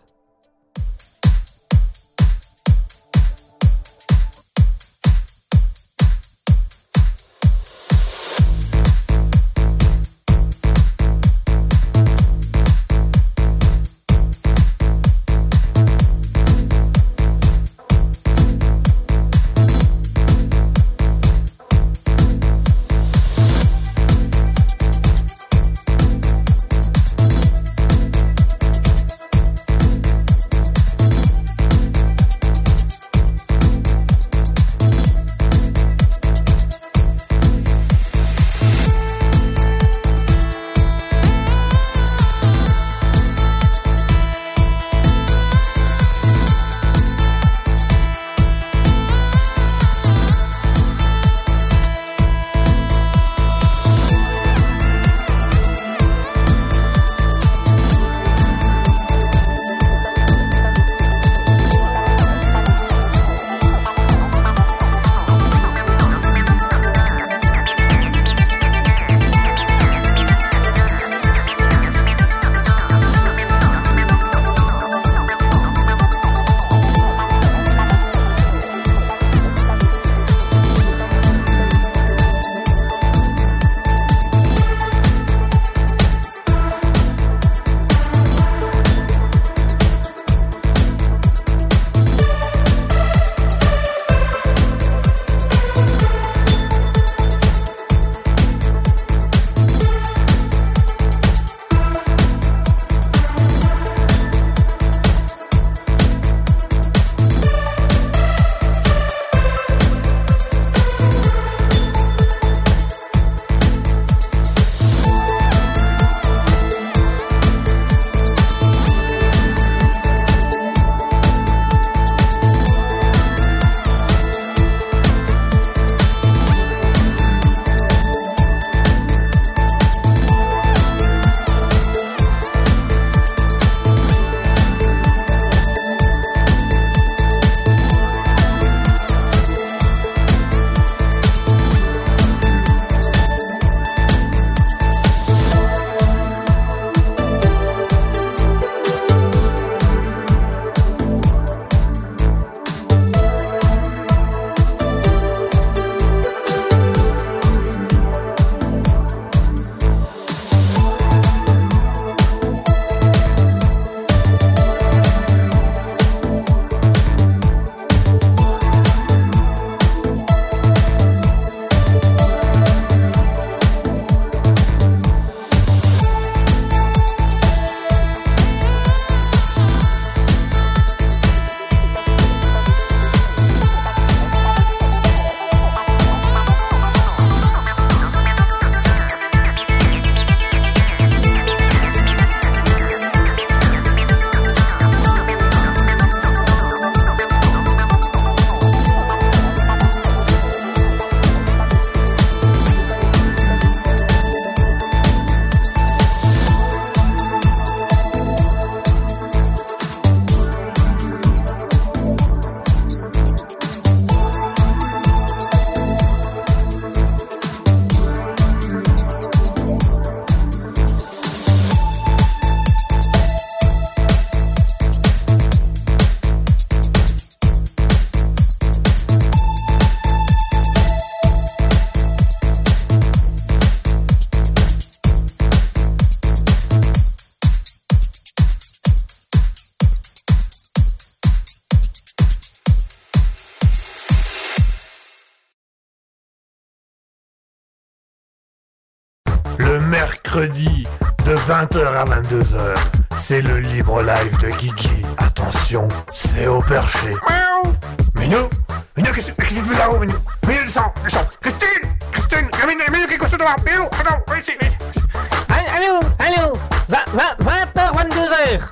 mercredi de 20h à 22h. C'est le livre live de Guigui. Attention, c'est au perché. Miaou. Minou, qu'est-ce que tu fais là-haut, Minou? Minou, descends. Christine, Minou, qu'est-ce que tu fais là? Minou, attends, viens ici. Allô, 20h, 22h.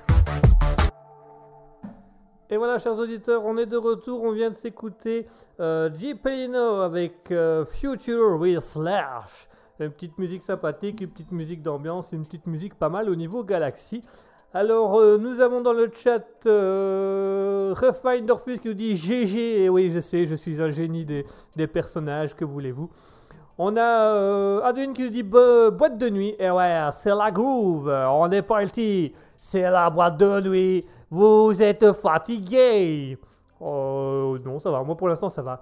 Et voilà, chers auditeurs, on est de retour. On vient de s'écouter J. Pelino avec Future with Slash. Une petite musique sympathique, une petite musique d'ambiance, une petite musique pas mal au niveau galaxie. Alors, nous avons dans le chat Refine Dorfus qui nous dit GG. Et oui, je sais, je suis un génie des personnages, que voulez-vous. On a Adwin qui nous dit boîte de nuit. Et ouais, c'est la groove. On est parti. C'est la boîte de nuit. Vous êtes fatigué. Non, ça va. Moi, pour l'instant, ça va.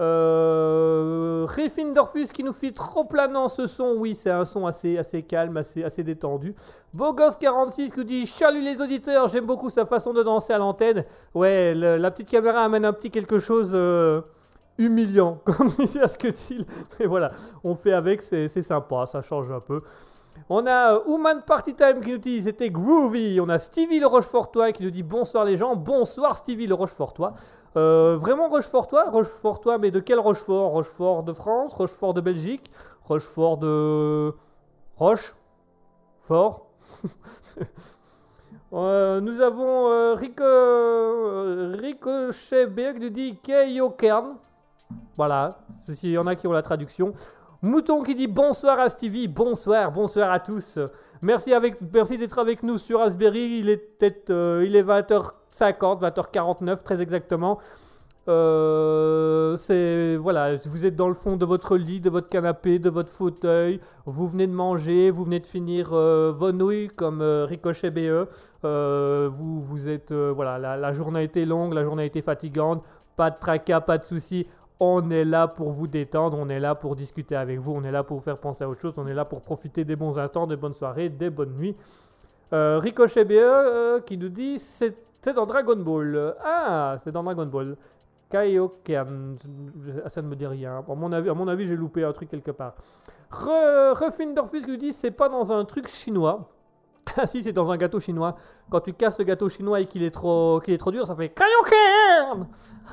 Refine Dorfus qui nous fait trop planant ce son. Oui, c'est un son assez calme, assez détendu. Bogos46 qui nous dit salut les auditeurs, j'aime beaucoup sa façon de danser à l'antenne. Ouais, la petite caméra amène un petit quelque chose humiliant, comme disait Asketil. Mais voilà, on fait avec, c'est sympa, ça change un peu. On a Human Party Time qui nous dit c'était groovy. On a Stevie le Rochefortois qui nous dit bonsoir les gens. Bonsoir Stevie le Rochefortois. Vraiment Rochefortois, mais de quel Rochefort? Rochefort de France, Rochefort de Belgique, Rochefort de Rochefort. Nous avons Ricochet B qui nous dit Keio Kern. Voilà, s'il y en a qui ont la traduction. Mouton qui dit bonsoir à Stevie, bonsoir à tous. Merci d'être avec nous sur Raspberry. Il est 20h50, 20h49 très exactement. Voilà, vous êtes dans le fond de votre lit, de votre canapé, de votre fauteuil. Vous venez de manger, vous venez de finir vos nouilles comme Ricochet BE. Vous êtes voilà, la journée a été longue, la journée a été fatigante. Pas de tracas, pas de soucis. On est là pour vous détendre, on est là pour discuter avec vous, on est là pour vous faire penser à autre chose, on est là pour profiter des bons instants, des bonnes soirées, des bonnes nuits. Ricochet BE qui nous dit c'est dans Dragon Ball. Ah, c'est dans Dragon Ball. Kaioken, ça ne me dit rien. À mon avis, j'ai loupé un truc quelque part. Refindorfus qui nous dit c'est pas dans un truc chinois. Ah si, c'est dans un gâteau chinois. Quand tu casses le gâteau chinois et qu'il est trop dur, ça fait Kaioken.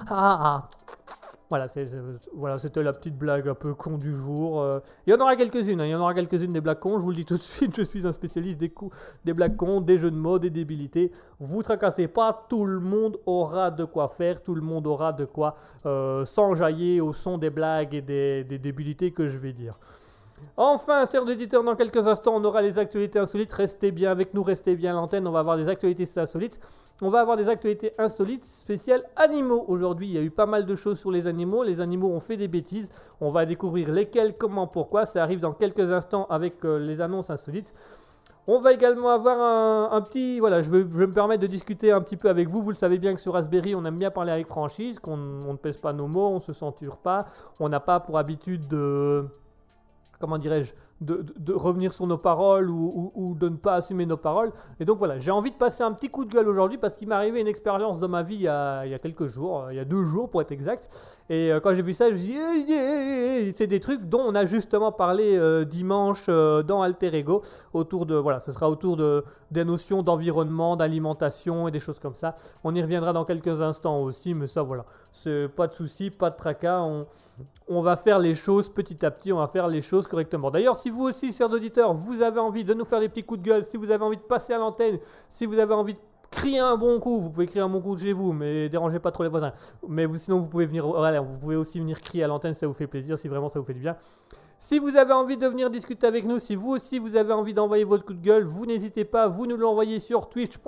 Voilà, c'était la petite blague un peu con du jour. Il y en aura quelques-unes, des blagues cons. Je vous le dis tout de suite, je suis un spécialiste des blagues cons, des jeux de mots, des débilités. Vous tracassez pas, tout le monde aura de quoi faire, tout le monde aura de quoi s'enjailler au son des blagues et des débilités que je vais dire. Enfin, chers auditeurs, dans quelques instants, on aura les actualités insolites. Restez bien avec nous, restez bien à l'antenne. On va avoir des actualités insolites. On va avoir des actualités insolites spéciales animaux. Aujourd'hui, il y a eu pas mal de choses sur les animaux. Les animaux ont fait des bêtises. On va découvrir lesquels, comment, pourquoi. Ça arrive dans quelques instants avec les annonces insolites. On va également avoir un petit... Voilà, je vais me permettre de discuter un petit peu avec vous. Vous le savez bien que sur Raspberry, on aime bien parler avec franchise, qu'on ne pèse pas nos mots, on ne se censure pas. On n'a pas pour habitude de... Comment dirais-je, de revenir sur nos paroles ou de ne pas assumer nos paroles. Et donc voilà, j'ai envie de passer un petit coup de gueule aujourd'hui parce qu'il m'est arrivé une expérience dans ma vie il y a quelques jours, il y a 2 jours pour être exact. Et quand j'ai vu ça, je me suis dit, c'est des trucs dont on a justement parlé dimanche dans Alter Ego, ce sera autour des notions d'environnement, d'alimentation et des choses comme ça. On y reviendra dans quelques instants aussi, mais ça voilà, c'est pas de souci, pas de tracas, on va faire les choses petit à petit, on va faire les choses correctement. D'ailleurs, si vous aussi, chers auditeurs, vous avez envie de nous faire des petits coups de gueule, si vous avez envie de passer à l'antenne, si vous avez envie de crier un bon coup, vous pouvez crier un bon coup de chez vous, mais dérangez pas trop les voisins. Mais sinon, vous pouvez aussi venir crier à l'antenne, ça vous fait plaisir, si vraiment ça vous fait du bien. Si vous avez envie de venir discuter avec nous, si vous aussi vous avez envie d'envoyer votre coup de gueule, vous n'hésitez pas, vous nous l'envoyez sur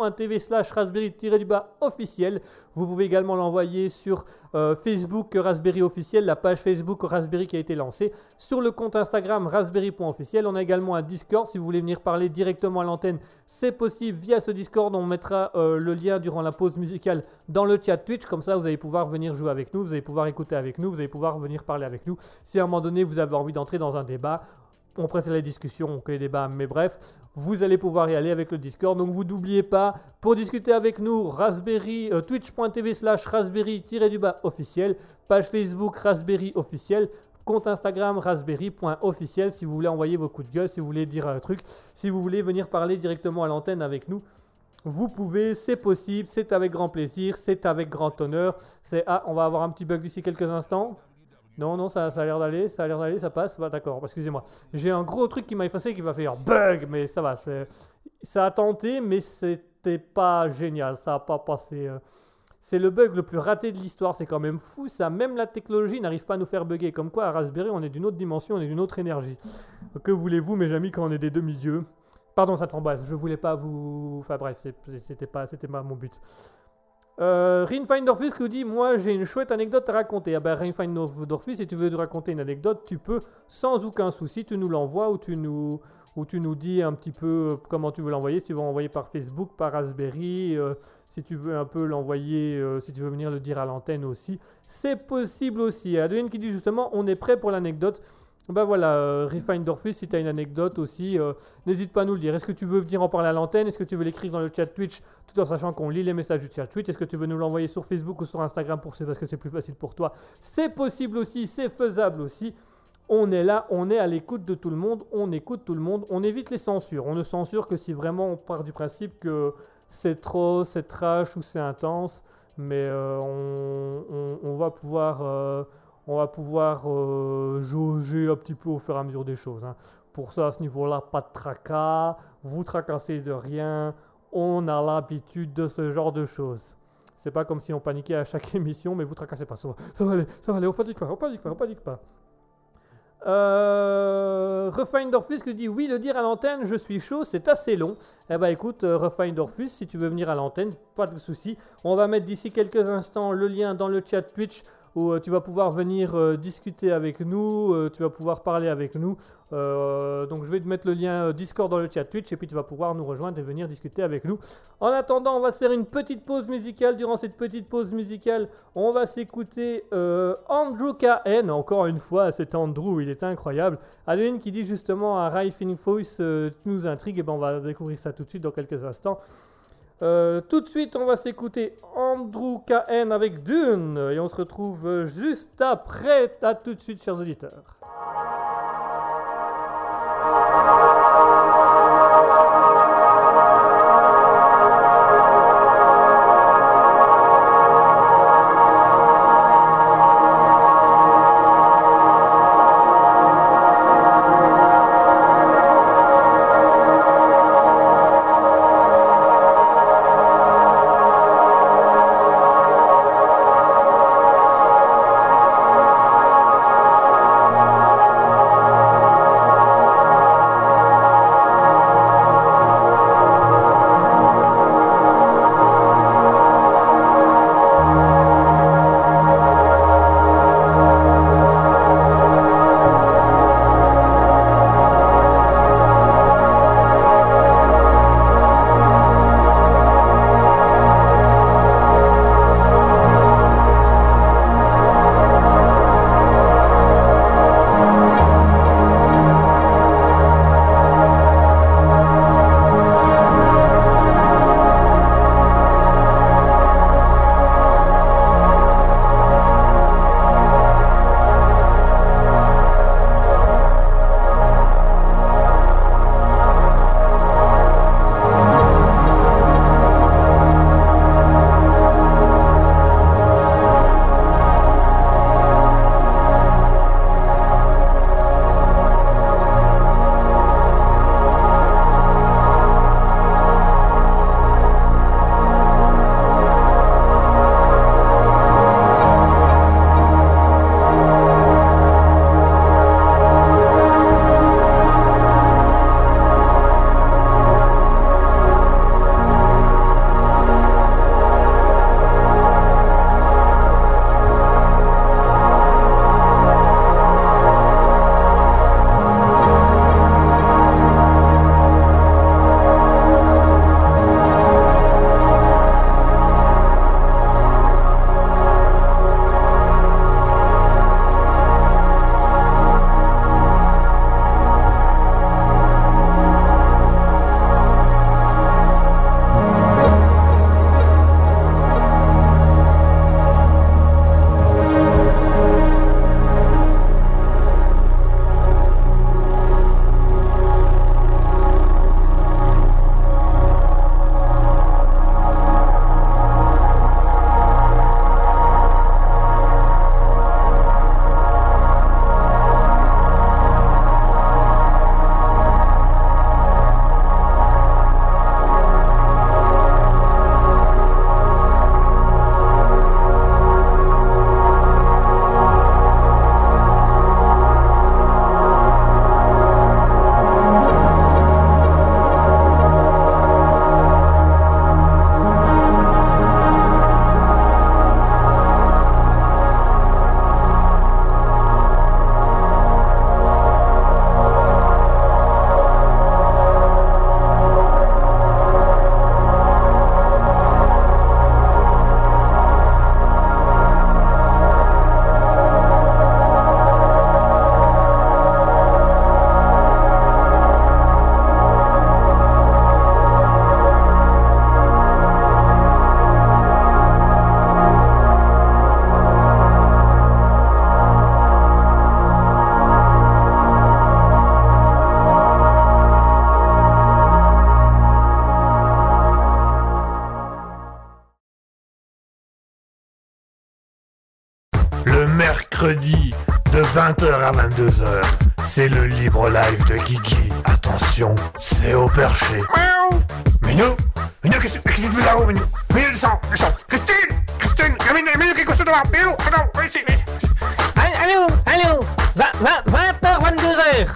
twitch.tv/raspberry-officiel. Vous pouvez également l'envoyer sur Facebook Raspberry officiel, la page Facebook Raspberry qui a été lancée, sur le compte Instagram raspberry.officiel. On a également un Discord, si vous voulez venir parler directement à l'antenne, c'est possible via ce Discord. On mettra le lien durant la pause musicale dans le chat Twitch, comme ça vous allez pouvoir venir jouer avec nous, vous allez pouvoir écouter avec nous, vous allez pouvoir venir parler avec nous. Si à un moment donné vous avez envie d'entrer dans un débat, on préfère les discussions que les débats, mais bref, vous allez pouvoir y aller avec le Discord. Donc vous n'oubliez pas, pour discuter avec nous, twitch.tv/raspberry-officiel, page Facebook Raspberry officiel, compte Instagram raspberry.officiel si vous voulez envoyer vos coups de gueule, si vous voulez dire un truc, si vous voulez venir parler directement à l'antenne avec nous. Vous pouvez, c'est possible, c'est avec grand plaisir, c'est avec grand honneur. On va avoir un petit bug d'ici quelques instants. Non, ça a l'air d'aller, ça passe. Bah, d'accord, excusez-moi. J'ai un gros truc qui m'a effacé qui va faire bug, mais ça va. Ça a tenté, mais c'était pas génial, ça a pas passé. C'est le bug le plus raté de l'histoire, c'est quand même fou ça. Même la technologie n'arrive pas à nous faire bugger. Comme quoi, à Raspberry, on est d'une autre dimension, on est d'une autre énergie. Que voulez-vous, mes amis, quand on est des demi-dieux? Pardon, ça t'embrasse, je voulais pas vous... Enfin bref, c'était pas mon but. Rinfindorfus qui nous dit: moi j'ai une chouette anecdote à raconter. Ah ben Rinfindorfus, si tu veux nous raconter une anecdote, tu peux sans aucun souci, tu nous l'envoies ou tu nous dis un petit peu comment tu veux l'envoyer. Si tu veux l'envoyer par Facebook, par Raspberry, si tu veux un peu l'envoyer, si tu veux venir le dire à l'antenne aussi, c'est possible aussi. Adeline qui dit justement: on est prêt pour l'anecdote. Ben voilà, Rinfindorfus, si tu as une anecdote aussi, n'hésite pas à nous le dire. Est-ce que tu veux venir en parler à l'antenne? Est-ce que tu veux l'écrire dans le chat Twitch, tout en sachant qu'on lit les messages du chat Twitch? Est-ce que tu veux nous l'envoyer sur Facebook ou sur Instagram parce que c'est plus facile pour toi? C'est possible aussi, c'est faisable aussi. On est là, on est à l'écoute de tout le monde, on écoute tout le monde, on évite les censures. On ne censure que si vraiment on part du principe que c'est trop, c'est trash ou c'est intense, mais on va pouvoir... jauger un petit peu au fur et à mesure des choses. Hein. Pour ça, à ce niveau-là, pas de tracas, vous tracassez de rien, on a l'habitude de ce genre de choses. C'est pas comme si on paniquait à chaque émission, mais vous tracassez pas. Ça va aller, on panique pas. Refindorfus qui dit: oui, le dire à l'antenne, je suis chaud, c'est assez long. Eh ben écoute, Refindorfus, si tu veux venir à l'antenne, pas de souci. On va mettre d'ici quelques instants le lien dans le chat Twitch où tu vas pouvoir venir discuter avec nous, tu vas pouvoir parler avec nous. Donc je vais te mettre le lien Discord dans le chat Twitch et puis tu vas pouvoir nous rejoindre et venir discuter avec nous. En attendant, on va se faire une petite pause musicale. Durant cette petite pause musicale, on va s'écouter Andrew KN. Encore une fois, c'est Andrew, il est incroyable. Adeline qui dit justement à Rifing Voice, tu nous intrigues, et ben on va découvrir ça tout de suite dans quelques instants. Tout de suite, on va s'écouter Andrew KN avec Dune et on se retrouve juste après. À tout de suite, chers auditeurs. mercredi de 20h à 22h. C'est le libre live de Guigui. Attention, c'est au perché. Miaou. Minou, qu'est-ce que tu fais là-haut, Minou? Minou, descends. Christine, Minou, qu'est-ce que tu fais là? Minou, attends, viens ici. Allô 20h, 22h.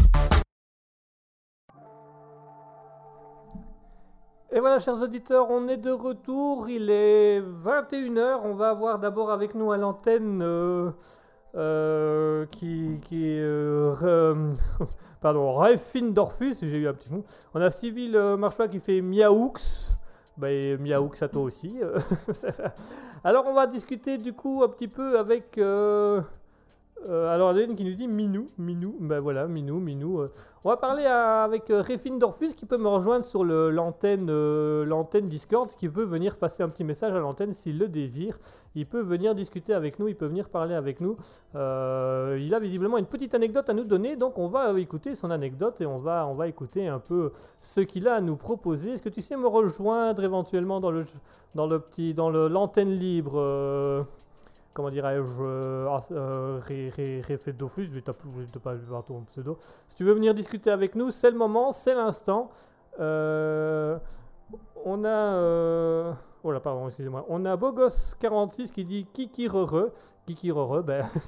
Et voilà, chers auditeurs, on est de retour. Il est 21h. On va avoir d'abord avec nous à l'antenne pardon, Refindorfus, j'ai eu un petit mot. On a Civil Marchois qui fait Miaoux. Miaoux à toi aussi. Alors, on va discuter du coup un petit peu avec. Alors, il y en a une qui nous dit Minou. Minou. On va parler avec Refindorfus qui peut me rejoindre sur l'antenne Discord, qui peut venir passer un petit message à l'antenne s'il le désire. Il peut venir discuter avec nous, il peut venir parler avec nous. Il a visiblement une petite anecdote à nous donner, donc on va écouter son anecdote et on va écouter un peu ce qu'il a à nous proposer. Est-ce que tu sais me rejoindre éventuellement dans l'antenne libre comment dirais-je, Refindorfus, je vais pas voir ton pseudo. Si tu veux venir discuter avec nous, c'est le moment, c'est l'instant. On a... On a Bogos46 qui dit Kikirere. Kikirere,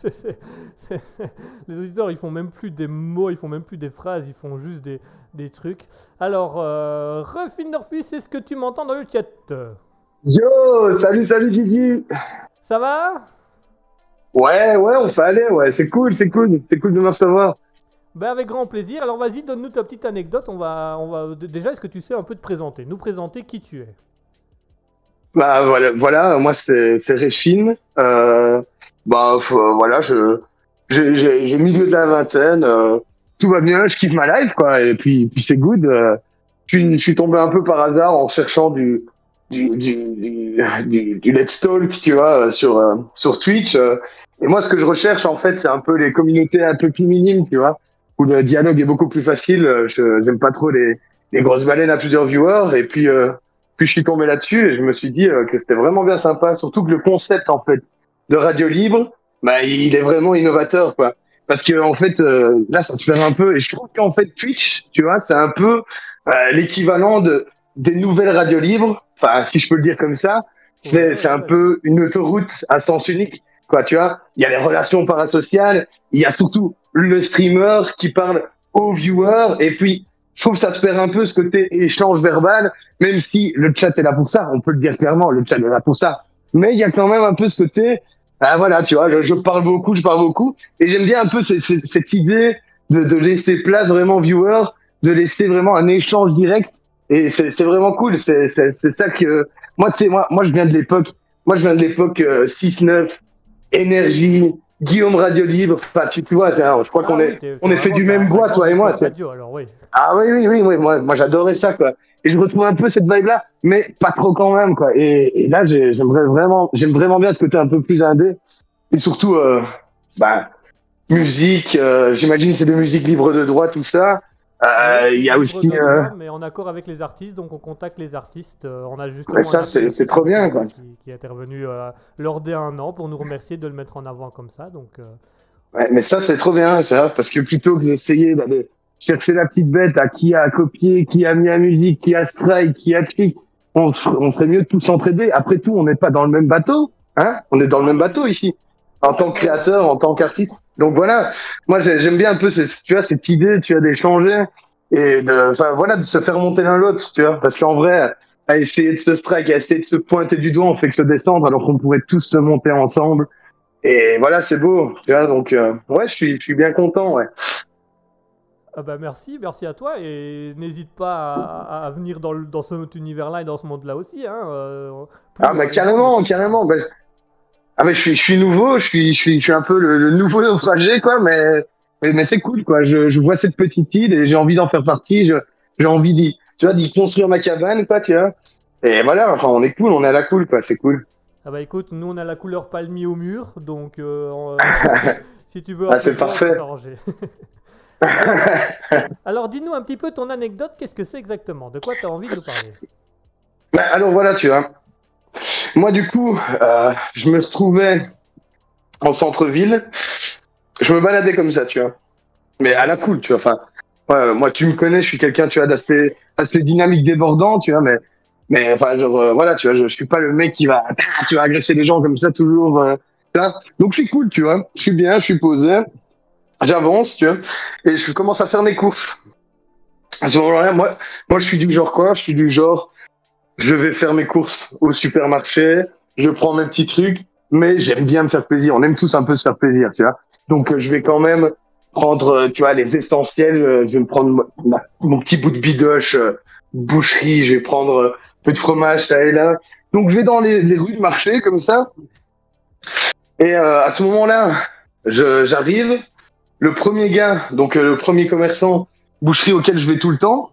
les auditeurs, ils font même plus des mots, ils font même plus des phrases, ils font juste des trucs. Alors, Refindorfus, est-ce que tu m'entends dans le chat? Yo, salut Guigui. Ça va? Ouais, on fait aller, ouais, c'est cool de me recevoir. Avec grand plaisir. Alors vas-y, donne-nous ta petite anecdote. On va déjà, est-ce que tu sais un peu te présenter, nous présenter qui tu es? Voilà, moi c'est Réfine. Voilà, j'ai milieu de la vingtaine, tout va bien, je kiffe ma life quoi, et puis c'est good. Je suis tombé un peu par hasard en cherchant du let's talk, tu vois, sur Twitch. Et moi, ce que je recherche, en fait, c'est un peu les communautés un peu plus minimes, tu vois, où le dialogue est beaucoup plus facile. J'aime pas trop les grosses baleines à plusieurs viewers. Et puis je suis tombé là-dessus et je me suis dit que c'était vraiment bien sympa. Surtout que le concept, en fait, de radio libre, il est vraiment innovateur, quoi. Parce que, en fait, là, ça se perd un peu. Et je trouve qu'en fait, Twitch, tu vois, c'est un peu l'équivalent des nouvelles radios libres. Enfin, si je peux le dire comme ça, c'est un peu une autoroute à sens unique, quoi, tu vois. Il y a les relations parasociales, il y a surtout le streamer qui parle aux viewers, et puis, je trouve que ça se perd un peu ce côté échange verbal, même si le chat est là pour ça, on peut le dire clairement, le chat est là pour ça. Mais il y a quand même un peu ce côté, voilà, tu vois, je parle beaucoup, et j'aime bien un peu cette idée de laisser place vraiment aux viewers, de laisser vraiment un échange direct. Et c'est vraiment cool, c'est ça que moi tu sais moi je viens de l'époque 6-9 Énergie, Guillaume Radio Libre, enfin tu vois, je crois qu'on est fait du même bois toi et moi, tu sais. Alors, oui. Ah oui, moi j'adorais ça quoi. Et je retrouve un peu cette vibe là, mais pas trop quand même quoi. Et là j'aime vraiment bien ce côté un peu plus indé et surtout musique, j'imagine c'est de musique libre de droit tout ça. Il y a aussi mais en accord avec les artistes, donc on contacte les artistes. On a justement mais ça c'est trop bien quoi. Qui est intervenu lors des 1 an pour nous remercier de le mettre en avant comme ça. Donc ouais, mais ça c'est trop bien, ça, parce que plutôt que d'essayer d'aller chercher la petite bête à qui a copié, qui a mis la musique, qui a strike, qui a clic, on ferait mieux de tous s'entraider. Après tout, on n'est pas dans le même bateau, hein? On est dans le même bateau ici, en tant que créateur, en tant qu'artiste. Donc voilà, moi j'aime bien un peu tu vois, cette idée, tu as d'échanger et de se faire monter l'un l'autre, tu vois, parce qu'en vrai, à essayer de se strike, à essayer de se pointer du doigt, on fait que se descendre alors qu'on pourrait tous se monter ensemble. Et voilà, c'est beau, tu vois, donc ouais, je suis bien content, ouais. Merci à toi et n'hésite pas à venir dans cet univers-là et dans ce monde-là aussi, hein. Carrément. Mais je suis nouveau, je suis un peu le nouveau naufragé, quoi, mais c'est cool, quoi. Je vois cette petite île et j'ai envie d'en faire partie, j'ai envie d'y construire ma cabane, quoi, tu vois. Et voilà, enfin, on est cool, on est à la cool, quoi, c'est cool. Écoute, nous on a la couleur palmier au mur, donc si tu veux c'est parfait. Alors dis-nous un petit peu ton anecdote, qu'est-ce que c'est exactement? De quoi tu as envie de nous parler? Alors voilà, tu vois. Moi, du coup, je me trouvais en centre-ville. Je me baladais comme ça, tu vois. Mais à la cool, tu vois. Enfin, ouais, moi, tu me connais, je suis quelqu'un, tu vois, assez dynamique, débordant, tu vois. Mais enfin, genre, voilà, tu vois, je suis pas le mec qui va, tu vois, agresser les gens comme ça toujours. Tu vois. Donc, je suis cool, tu vois. Je suis bien, je suis posé. J'avance, tu vois. Et je commence à faire mes courses. À ce moment-là, moi, je suis du genre quoi? Je suis du genre, je vais faire mes courses au supermarché, je prends mes petits trucs, mais j'aime bien me faire plaisir. On aime tous un peu se faire plaisir, tu vois. Donc, je vais quand même prendre, tu vois, les essentiels. Je vais me prendre mon petit bout de bidoche, boucherie. Je vais prendre un peu de fromage, là et là. Donc, je vais dans les rues de marché, comme ça. Et à ce moment-là, j'arrive. Le premier gars, donc le premier commerçant, boucherie auquel je vais tout le temps,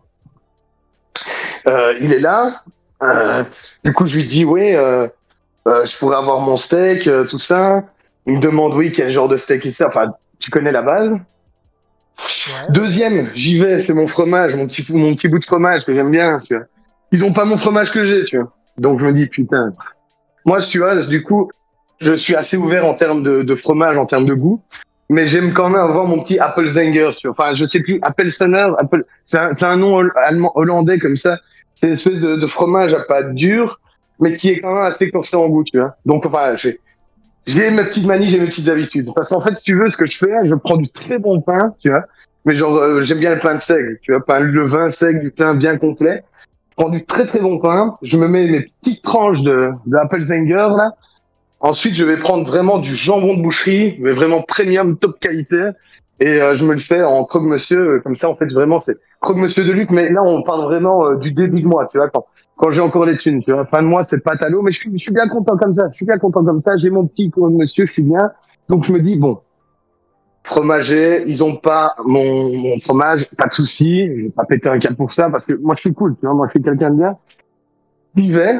il est là. Du coup, je lui dis, oui, je pourrais avoir mon steak, tout ça. Il me demande, oui, quel genre de steak et ça. Enfin, tu connais la base. Ouais. Deuxième, j'y vais, c'est mon fromage, mon petit bout de fromage que j'aime bien, tu vois. Ils ont pas mon fromage que j'ai, tu vois. Donc, je me dis, putain. Moi, tu vois, du coup, je suis assez ouvert en termes de fromage, en termes de goût. Mais j'aime quand même avoir mon petit Appelzinger, tu vois. Enfin, je sais plus, Appelsener, c'est un nom allemand, hollandais comme ça. C'est une espèce de fromage à pâte dure, mais qui est quand même assez corsé en goût, tu vois. Donc, enfin, j'ai mes petites manies, j'ai mes petites habitudes. Parce qu'en fait, si tu veux, ce que je fais, je prends du très bon pain, tu vois. Mais genre, j'aime bien le pain de seigle, tu vois, pas le vin seigle, du pain bien complet. Je prends du très très bon pain, je me mets mes petites tranches de Appelzinger, là. Ensuite, je vais prendre vraiment du jambon de boucherie, mais vraiment premium, top qualité. Et je me le fais en croque-monsieur, comme ça, en fait, vraiment, c'est croque-monsieur de Luc. Mais là, on parle vraiment du début de mois, tu vois, quand j'ai encore les thunes, tu vois. Fin de mois, c'est pas à l'eau, mais je suis bien content comme ça. Je suis bien content comme ça. J'ai mon petit croque-monsieur, je suis bien. Donc, je me dis, bon, fromager, ils ont pas mon fromage, pas de souci. Je vais pas péter un câble pour ça, parce que moi, je suis cool, tu vois. Moi, je suis quelqu'un de bien. J'y vais,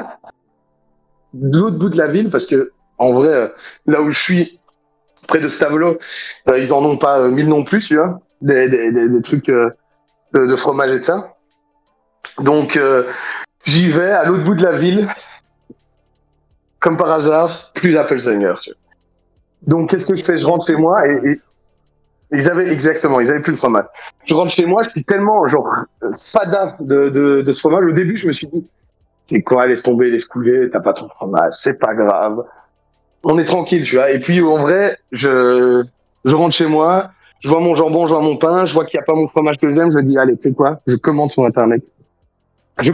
de l'autre bout de la ville, parce que, en vrai, là où je suis, près de Stavelot, ils en ont pas 1000 non plus, tu vois, des trucs de fromage et de ça. Donc, j'y vais à l'autre bout de la ville, comme par hasard, plus d'Appelzinger. Tu vois. Donc, qu'est-ce que je fais? Je rentre chez moi et ils avaient plus le fromage. Je rentre chez moi, je suis tellement genre fada de ce fromage. Au début, je me suis dit, c'est quoi, laisse tomber, laisse couler, t'as pas ton fromage, c'est pas grave. On est tranquille, tu vois. Et puis, en vrai, je rentre chez moi, je vois mon jambon, je vois mon pain, je vois qu'il n'y a pas mon fromage que j'aime, je me dis, allez, tu sais quoi, je commande sur Internet. Je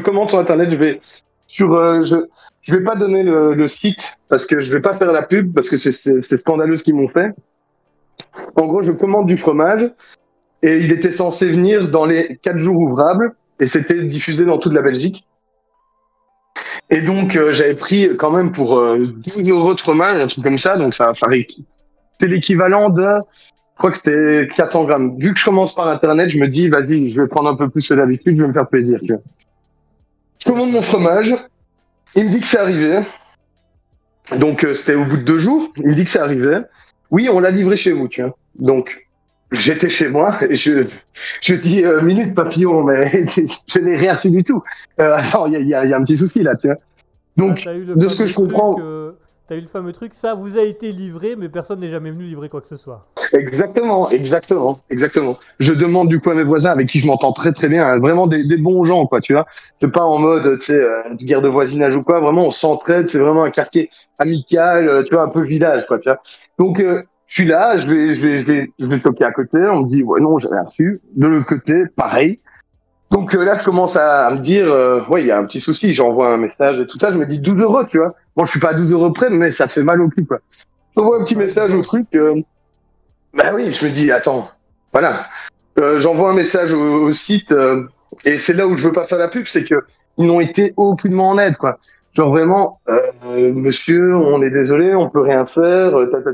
vais pas donner le site parce que je vais pas faire la pub parce que c'est scandaleux ce qu'ils m'ont fait. En gros, je commande du fromage et il était censé venir dans les 4 jours ouvrables et c'était diffusé dans toute la Belgique. Et donc, j'avais pris quand même pour 12 euros de fromage, un truc comme ça. Donc, c'est l'équivalent de, je crois que c'était 400 grammes. Vu que je commence par Internet, je me dis, vas-y, je vais prendre un peu plus que d'habitude, je vais me faire plaisir. Tu vois. Je commande mon fromage. Il me dit que c'est arrivé. Donc, c'était au bout de 2 jours. Il me dit que c'est arrivé. Oui, on l'a livré chez vous, tu vois. Donc, j'étais chez moi et je dis minute papillon, mais je n'ai rien reçu du tout. Alors, il y a un petit souci là, tu vois. Donc, de ce que je comprends, t'as eu le fameux truc, ça vous a été livré, mais personne n'est jamais venu livrer quoi que ce soit. Exactement. Je demande du coup à mes voisins avec qui je m'entends très très bien, hein, vraiment des bons gens, quoi, tu vois. C'est pas en mode, tu sais, guerre de voisinage ou quoi. Vraiment, on s'entraide. C'est vraiment un quartier amical, tu vois, un peu village, quoi, tu vois. Donc, je suis là, je vais toquer à côté. On me dit, ouais, non, j'avais reçu. De l'autre côté, pareil. Donc là, je commence à me dire, ouais, il y a un petit souci. J'envoie un message et tout ça. Je me dis 12 euros, tu vois. Bon, je suis pas à 12 euros près, mais ça fait mal au cul, quoi. J'envoie un petit message au truc. Bah oui, je me dis, attends, voilà. J'envoie un message au site et c'est là où je veux pas faire la pub, c'est que ils n'ont été aucunement en aide, quoi. Genre vraiment, monsieur, on est désolé, on peut rien faire,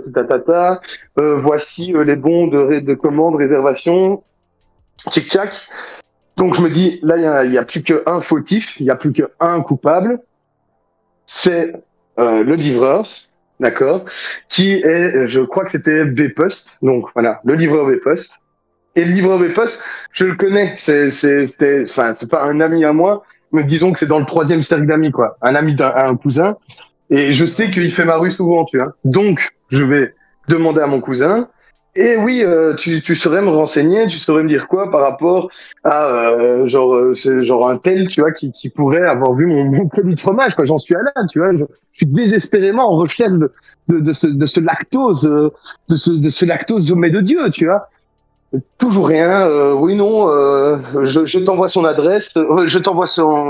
voici les bons de commande, réservation, tchic-tchac. Donc je me dis, là, il y a plus qu'un fautif, il y a plus qu'un coupable, c'est le livreur, d'accord, qui est, je crois que c'était B-Post, donc voilà, le livreur B-Post. Et le livreur B-Post, je le connais, c'est pas un ami à moi, mais disons que c'est dans le 3e cercle d'amis, quoi, un ami un cousin, et je sais qu'il fait ma rue souvent, tu vois. Donc je vais demandé à mon cousin. Et oui, tu saurais me renseigner, tu saurais me dire quoi par rapport à c'est genre un tel, tu vois, qui pourrait avoir vu mon colis de fromage, quoi. J'en suis à là, tu vois. Je suis désespérément en recherche de ce lactose, de ce lactose sommet de Dieu, tu vois. Toujours rien. Oui, non. Je t'envoie son adresse, je t'envoie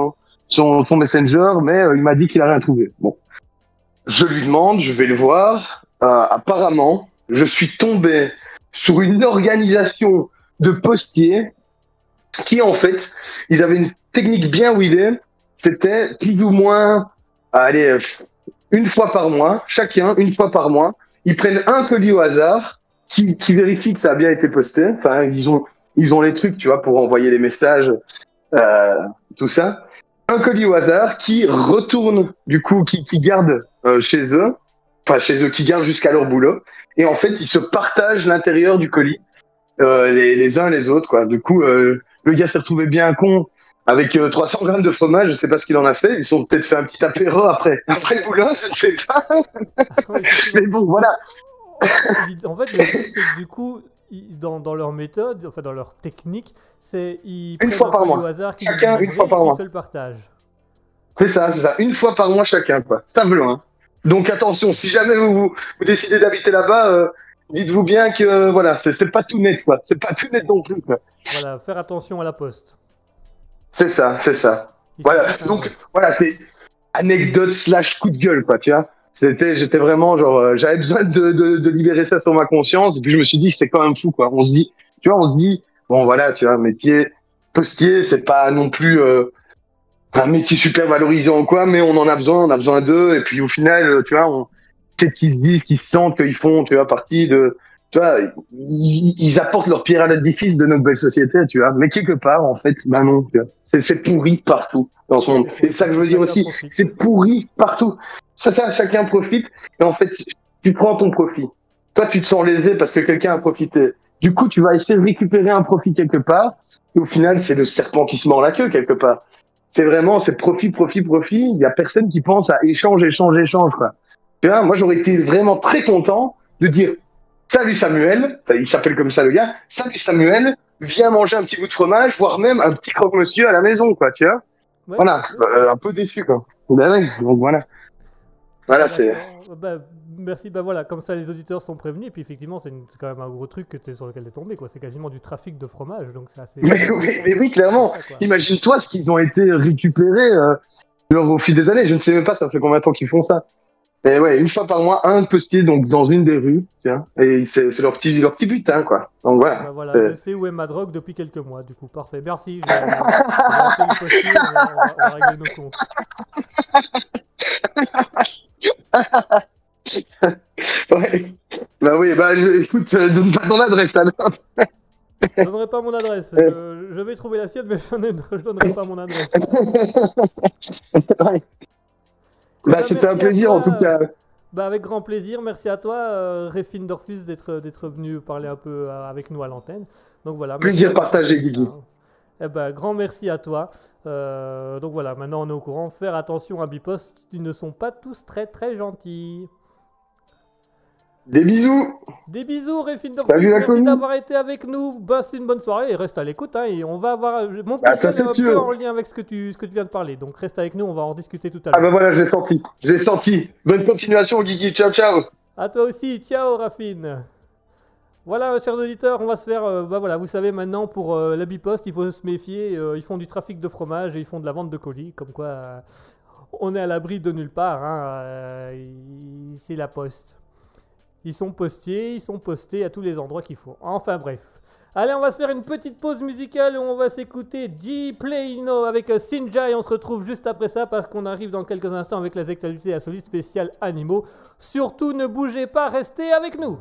son messenger, mais il m'a dit qu'il a rien trouvé. Bon, je lui demande, je vais le voir. Apparemment, je suis tombé sur une organisation de postiers qui, en fait, ils avaient une technique bien huilée. C'était plus ou moins, allez, une fois par mois, chacun, une fois par mois, ils prennent un colis au hasard qui vérifie que ça a bien été posté. Enfin, ils ont les trucs, tu vois, pour envoyer les messages, tout ça. Un colis au hasard qui retourne, du coup, qui garde chez eux, qui gardent jusqu'à leur boulot. Et en fait, ils se partagent l'intérieur du colis, les uns les autres, quoi. Du coup, le gars s'est retrouvé bien con avec 300 grammes de fromage. Je sais pas ce qu'il en a fait. Ils ont peut-être fait un petit apéro après le boulot, je ne sais pas. Oui, Mais bon, voilà. En fait, le truc, c'est que du coup, dans leur méthode, enfin dans leur technique, c'est ils prennent fois un par colis mois. au hasard qui Chacun, nous est une fois livré par et mois. ils se le partagent. C'est ça. Une fois par mois chacun, quoi. Simplement. Hein. Donc attention, si jamais vous décidez d'habiter là-bas, dites-vous bien que voilà, c'est pas tout net, quoi. C'est pas tout net non plus, quoi. Voilà, faire attention à la poste. C'est ça. Ils Voilà. sont Donc très voilà, c'est anecdote / coup de gueule, quoi. Tu vois. J'étais vraiment genre, j'avais besoin de libérer ça sur ma conscience. Et puis je me suis dit que c'était quand même fou, quoi. On se dit, bon voilà, tu vois, métier postier, c'est pas non plus un métier super valorisant ou quoi, mais on a besoin d'eux. Et puis au final, tu vois, peut-être qu'ils se disent, qu'ils se sentent qu'ils font, tu vois, partie de, tu vois, ils apportent leur pierre à l'édifice de notre belle société, tu vois. Mais quelque part, en fait, bah non, tu vois. C'est pourri partout dans ce monde. Et ça que je veux dire aussi, c'est pourri partout. Ça, chacun profite. Et en fait, tu prends ton profit. Toi, tu te sens lésé parce que quelqu'un a profité. Du coup, tu vas essayer de récupérer un profit quelque part. Et au final, c'est le serpent qui se mord la queue quelque part. C'est profit. Il y a personne qui pense à échange, quoi. Tu vois, moi, j'aurais été vraiment très content de dire, salut Samuel, enfin, il s'appelle comme ça le gars, salut Samuel, viens manger un petit bout de fromage, voire même un petit croque-monsieur à la maison, quoi, tu vois. Ouais. Voilà, un peu déçu, quoi. Ben oui, donc voilà. Voilà, c'est... Bah, merci, bah voilà, comme ça les auditeurs sont prévenus, et puis effectivement c'est quand même un gros truc sur lequel t'es tombé, quoi. C'est quasiment du trafic de fromage, donc c'est assez... Mais oui, clairement. C'est ça, quoi. Imagine-toi ce qu'ils ont été récupérés au fil des années. Je ne sais même pas, ça fait combien de temps qu'ils font ça. Et ouais, une fois par mois, un postier donc dans une des rues, tiens, et c'est leur petit butin, quoi. Donc voilà. Bah voilà, je sais où est ma drogue depuis quelques mois, du coup, parfait. Merci, je vais appeler le postier, on va régler nos comptes. Ouais. Bah oui, écoute, donne pas ton adresse alors. Je donnerai pas mon adresse, je vais trouver la sienne, mais je donnerai pas mon adresse. Ouais. Bah c'était un merci à plaisir toi, en tout cas. Bah avec grand plaisir, merci à toi, Réfine Dorfus, d'être venu parler un peu avec nous à l'antenne. Donc voilà. Plaisir merci partagé, à toi. Guigui. Eh ben, grand merci à toi. Donc voilà, maintenant on est au courant. Faire attention à Bipost, ils ne sont pas tous très très gentils. Des bisous. Des bisous, Réfine Dorfus. Salut la Merci commu. d'avoir été avec nous. Passe une bonne soirée et reste à l'écoute. Hein, et on va avoir mon coup Bah, de ça, gueule c'est est un sûr. peu en lien avec ce que tu viens de parler. Donc reste avec nous, on va en discuter tout à Ah l'heure. bah voilà, je l'ai senti. Bonne continuation, Guigui. Ciao, ciao. À toi aussi, ciao Rafine. Voilà, chers auditeurs, on va se faire. Bah voilà, vous savez maintenant pour la Bipost, il faut se méfier. Ils font du trafic de fromage et ils font de la vente de colis, comme quoi on est à l'abri de nulle part. Hein, c'est la Poste. Ils sont postiers, ils sont postés à tous les endroits qu'il faut. Enfin bref. Allez, on va se faire une petite pause musicale où on va s'écouter G-Playno avec Sinja et on se retrouve juste après ça parce qu'on arrive dans quelques instants avec les actualités insolites spéciales animaux. Surtout ne bougez pas, restez avec nous.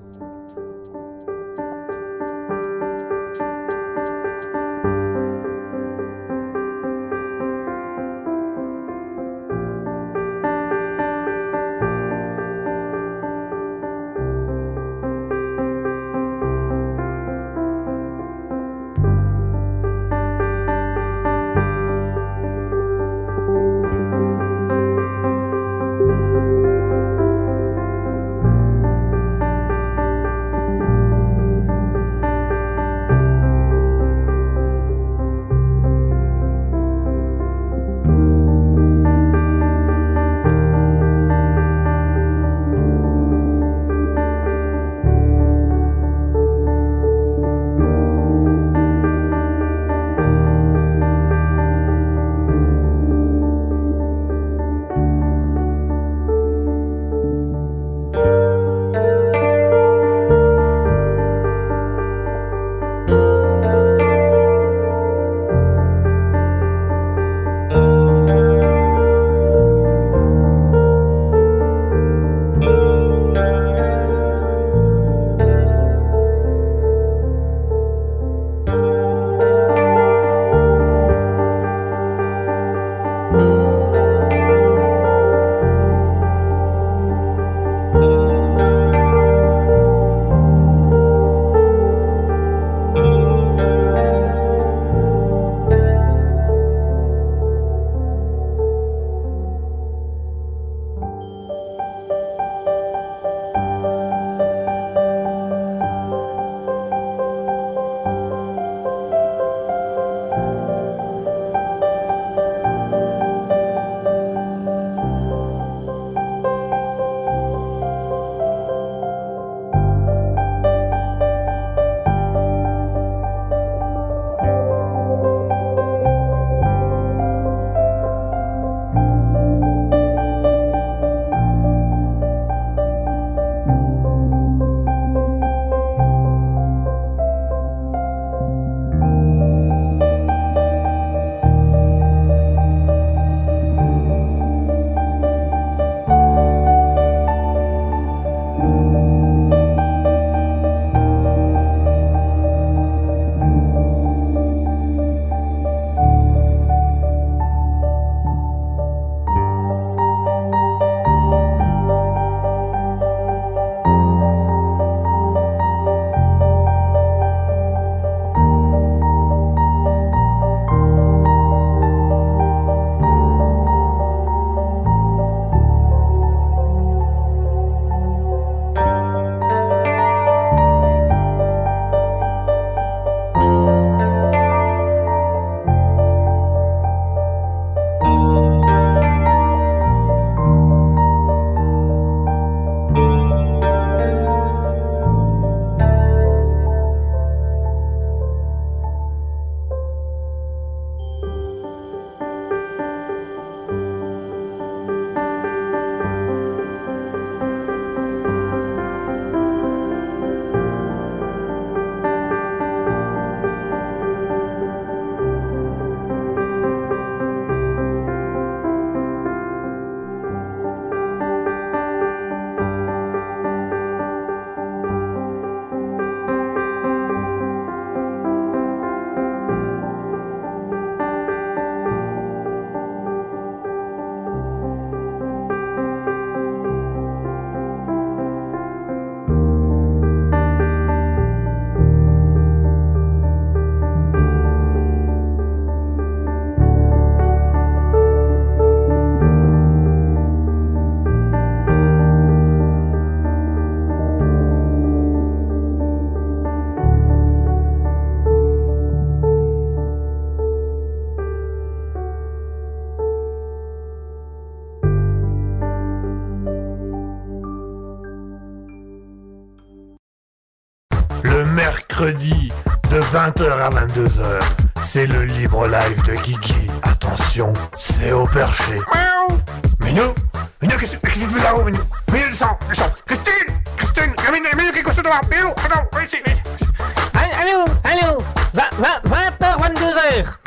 mercredi de 20h à 22h. C'est le libre live de Guigui. Attention, c'est au perché. Miaou. Minou, qu'est-ce que tu fais là-haut, Minou? Minou, descends. Christine, Minou, qu'est-ce que tu fais là? Minou, attends, ici. Allô, 20h, 22h.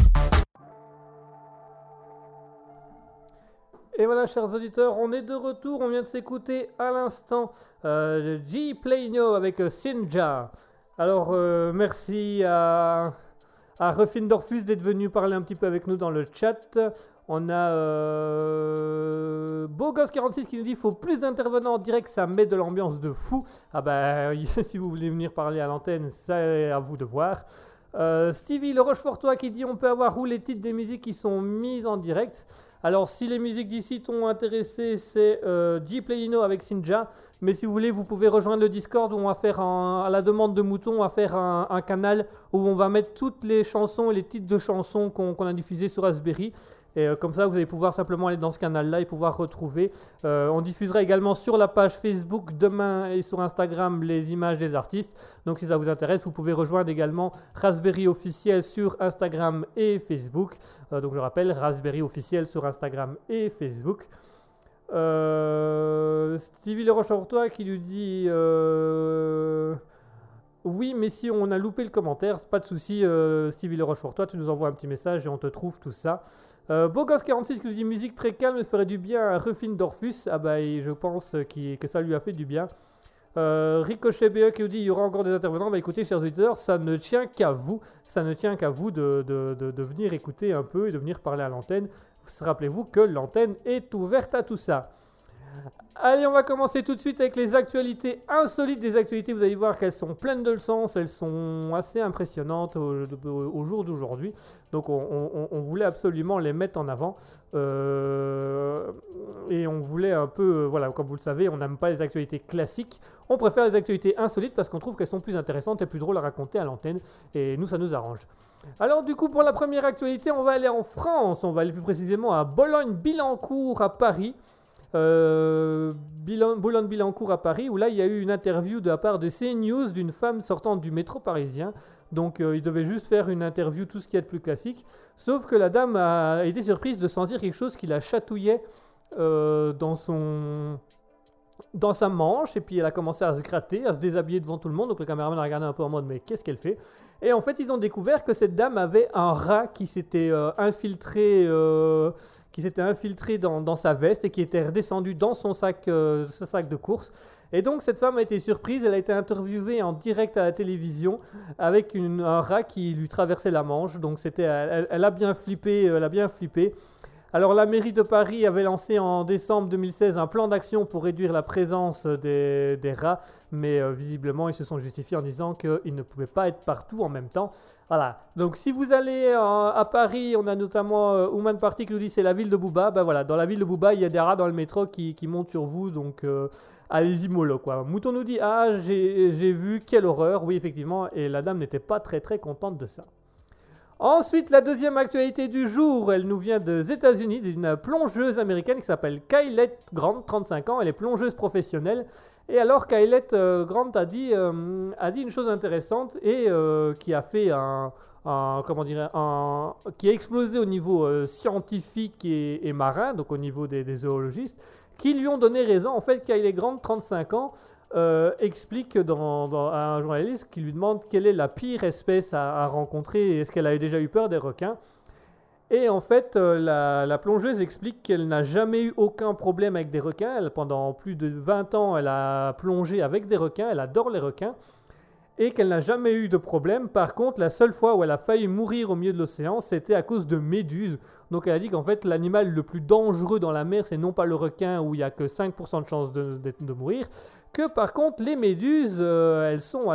Et voilà, chers auditeurs, on est de retour. On vient de s'écouter à l'instant G. Playno avec Sinja. Alors, merci à Ruffindorfus d'être venu parler un petit peu avec nous dans le chat. On a Bogos46 qui nous dit qu'il faut plus d'intervenants en direct, ça met de l'ambiance de fou. Ah bah, si vous voulez venir parler à l'antenne, c'est à vous de voir. Stevie Le Rochefortois qui dit on peut avoir où les titres des musiques qui sont mises en direct. Alors si les musiques d'ici t'ont intéressé, c'est G Playino avec Sinja. Mais si vous voulez, vous pouvez rejoindre le Discord où on va faire à la demande de Mouton, on va faire un canal où on va mettre toutes les chansons et les titres de chansons qu'on a diffusés sur Raspberry. Et comme ça, vous allez pouvoir simplement aller dans ce canal-là et pouvoir retrouver. On diffusera également sur la page Facebook demain et sur Instagram les images des artistes. Donc si ça vous intéresse, vous pouvez rejoindre également Raspberry officiel sur Instagram et Facebook. Donc je rappelle, Raspberry officiel sur Instagram et Facebook. Stevie Le Rochefortois qui lui dit... Oui, mais si on a loupé le commentaire, pas de souci, Stevie Le Rochefortois, tu nous envoies un petit message et on te trouve tout ça. Bogos46 qui nous dit musique très calme, ça ferait du bien à Ruffindorfus. Ah bah, je pense que ça lui a fait du bien. Ricochet BE qui nous dit il y aura encore des intervenants. Bah écoutez, chers auditeurs, ça ne tient qu'à vous. Ça ne tient qu'à vous de venir écouter un peu et de venir parler à l'antenne. Rappelez-vous que l'antenne est ouverte à tout ça. Allez, on va commencer tout de suite avec les actualités insolites des actualités. Vous allez voir qu'elles sont pleines de sens, elles sont assez impressionnantes au jour d'aujourd'hui. Donc on voulait absolument les mettre en avant. Et on voulait un peu, voilà, comme vous le savez, on n'aime pas les actualités classiques. On préfère les actualités insolites parce qu'on trouve qu'elles sont plus intéressantes et plus drôles à raconter à l'antenne. Et nous, ça nous arrange. Alors du coup, pour la première actualité, on va aller en France. On va aller plus précisément à Boulogne-Billancourt à Paris. Boulogne-Billancourt à Paris, où là il y a eu une interview de la part de CNews d'une femme sortant du métro parisien. Donc il devait juste faire une interview, tout ce qu'il y a de plus classique. Sauf que la dame a été surprise de sentir quelque chose qui la chatouillait dans sa manche. Et puis elle a commencé à se gratter, à se déshabiller devant tout le monde. Donc le caméraman a regardé un peu en mode mais qu'est-ce qu'elle fait? Et en fait ils ont découvert que cette dame avait un rat qui s'était infiltré dans sa veste et qui était redescendu dans son sac de course. Et donc cette femme a été surprise, elle a été interviewée en direct à la télévision avec un rat qui lui traversait la manche. Donc elle a bien flippé, Alors la mairie de Paris avait lancé en décembre 2016 un plan d'action pour réduire la présence des rats, mais visiblement ils se sont justifiés en disant qu'ils ne pouvaient pas être partout en même temps. Voilà, donc si vous allez à Paris, on a notamment Ouman Party qui nous dit c'est la ville de Booba. Ben voilà, dans la ville de Booba, il y a des rats dans le métro qui montent sur vous, donc allez-y mollo quoi. Mouton nous dit ah j'ai vu, quelle horreur. Oui effectivement, et la dame n'était pas très très contente de ça. Ensuite, la deuxième actualité du jour, elle nous vient des États-Unis, d'une plongeuse américaine qui s'appelle Kylette Grant, 35 ans, elle est plongeuse professionnelle. Et alors Kylette Grant a dit une chose intéressante et qui a fait qui a explosé au niveau scientifique et marin, donc au niveau des zoologistes, qui lui ont donné raison. En fait, Kylette Grant, 35 ans, explique à un journaliste qui lui demande quelle est la pire espèce à rencontrer et est-ce qu'elle avait déjà eu peur des requins. Et en fait, la plongeuse explique qu'elle n'a jamais eu aucun problème avec des requins. Pendant plus de 20 ans, elle a plongé avec des requins, elle adore les requins, et qu'elle n'a jamais eu de problème. Par contre, la seule fois où elle a failli mourir au milieu de l'océan, c'était à cause de méduses. Donc elle a dit qu'en fait, l'animal le plus dangereux dans la mer, c'est non pas le requin où il n'y a que 5% de chance de mourir, que par contre, les méduses, elles sont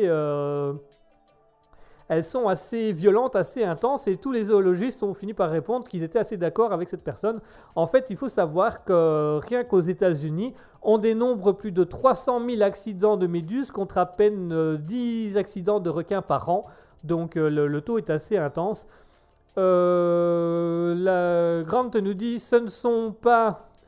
assez violentes, assez intenses, et tous les zoologistes ont fini par répondre qu'ils étaient assez d'accord avec cette personne. En fait, il faut savoir que rien qu'aux États-Unis, on dénombre plus de 300 000 accidents de méduses contre à peine 10 accidents de requins par an. Donc le taux est assez intense. La Grant nous dit ce ne sont pas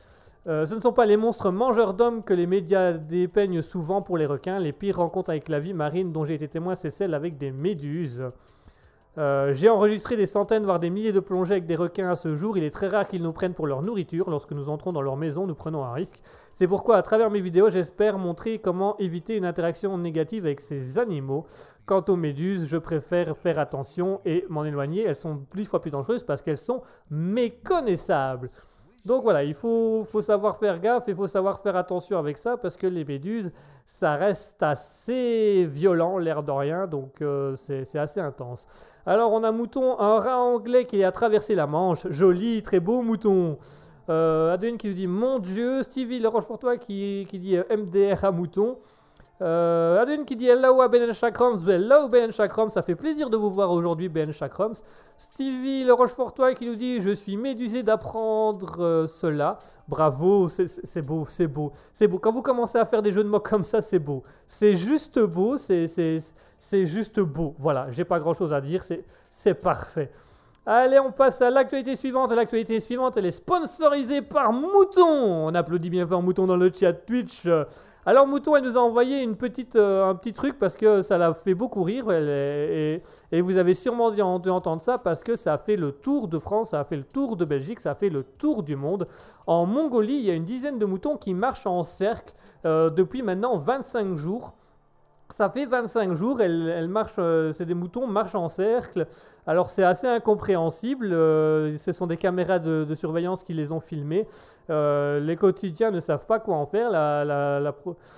Ce ne sont pas les monstres mangeurs d'hommes que les médias dépeignent souvent pour les requins. Les pires rencontres avec la vie marine dont j'ai été témoin, c'est celle avec des méduses. J'ai enregistré des centaines, voire des milliers de plongées avec des requins à ce jour. Il est très rare qu'ils nous prennent pour leur nourriture. Lorsque nous entrons dans leur maison, nous prenons un risque. C'est pourquoi, à travers mes vidéos, j'espère montrer comment éviter une interaction négative avec ces animaux. Quant aux méduses, je préfère faire attention et m'en éloigner. Elles sont 10 fois plus dangereuses parce qu'elles sont méconnaissables. Donc voilà, il faut savoir faire gaffe, il faut savoir faire attention avec ça parce que les méduses, ça reste assez violent, l'air de rien, donc c'est assez intense. Alors on a Mouton, un rat anglais qui a traversé la Manche, joli, très beau Mouton. Adeline qui nous dit, mon Dieu, Stevie Le Rochefortois qui dit MDR à Mouton. Adeline qui dit hello à Ben Chakrams. Hello Ben Chakrams, ça fait plaisir de vous voir aujourd'hui Ben Chakrams. Stevie Le Rochefortois qui nous dit je suis médusé d'apprendre cela. Bravo, c'est beau, c'est beau, c'est beau. Quand vous commencez à faire des jeux de mots comme ça, c'est beau. C'est juste beau, c'est juste beau. Voilà, j'ai pas grand chose à dire, c'est parfait. Allez, on passe à l'actualité suivante. L'actualité suivante, elle est sponsorisée par Mouton. On applaudit bien fort Mouton dans le chat Twitch. Alors Mouton, elle nous a envoyé un petit truc parce que ça l'a fait beaucoup rire et vous avez sûrement dû entendre ça parce que ça a fait le tour de France, ça a fait le tour de Belgique, ça a fait le tour du monde. En Mongolie, il y a une dizaine de moutons qui marchent en cercle depuis maintenant 25 jours. Ça fait 25 jours, elles marchent, c'est des moutons marchent en cercle. Alors c'est assez incompréhensible, ce sont des caméras de surveillance qui les ont filmés. Les quotidiens ne savent pas quoi en faire. La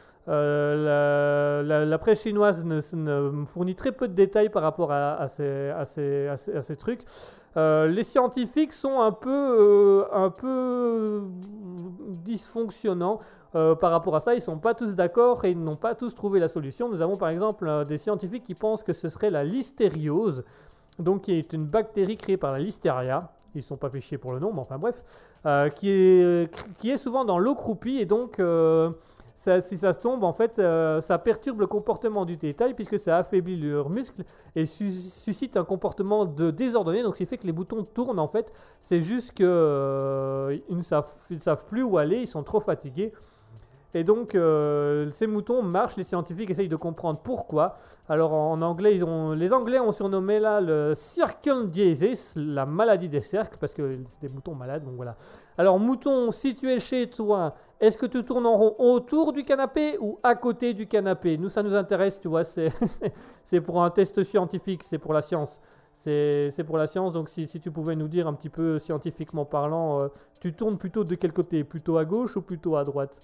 presse chinoise ne fournit très peu de détails par rapport à ces trucs. Les scientifiques sont un peu dysfonctionnants. Par rapport à ça, ils ne sont pas tous d'accord et ils n'ont pas tous trouvé la solution. Nous avons par exemple des scientifiques qui pensent que ce serait la listériose, donc qui est une bactérie créée par la listeria. Ils ne sont pas fait chier pour le nom, mais enfin bref, qui est souvent dans l'eau croupie et donc si ça se tombe, en fait, ça perturbe le comportement du bétail puisque ça affaiblit leurs muscles et suscite un comportement désordonné. Donc, ce qui fait que les boutons tournent, en fait. C'est juste qu'ils ne savent plus où aller, ils sont trop fatigués. Et donc, ces moutons marchent, les scientifiques essayent de comprendre pourquoi. Alors, en anglais, les Anglais ont surnommé là le circumdiasis, la maladie des cercles, parce que c'est des moutons malades, donc voilà. Alors, mouton, si tu es chez toi, est-ce que tu tournes en rond autour du canapé ou à côté du canapé? Nous, ça nous intéresse, tu vois, c'est pour un test scientifique, c'est pour la science. C'est pour la science, donc si tu pouvais nous dire un petit peu scientifiquement parlant, tu tournes plutôt de quel côté? Plutôt à gauche ou plutôt à droite?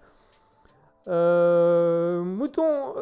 Mouton,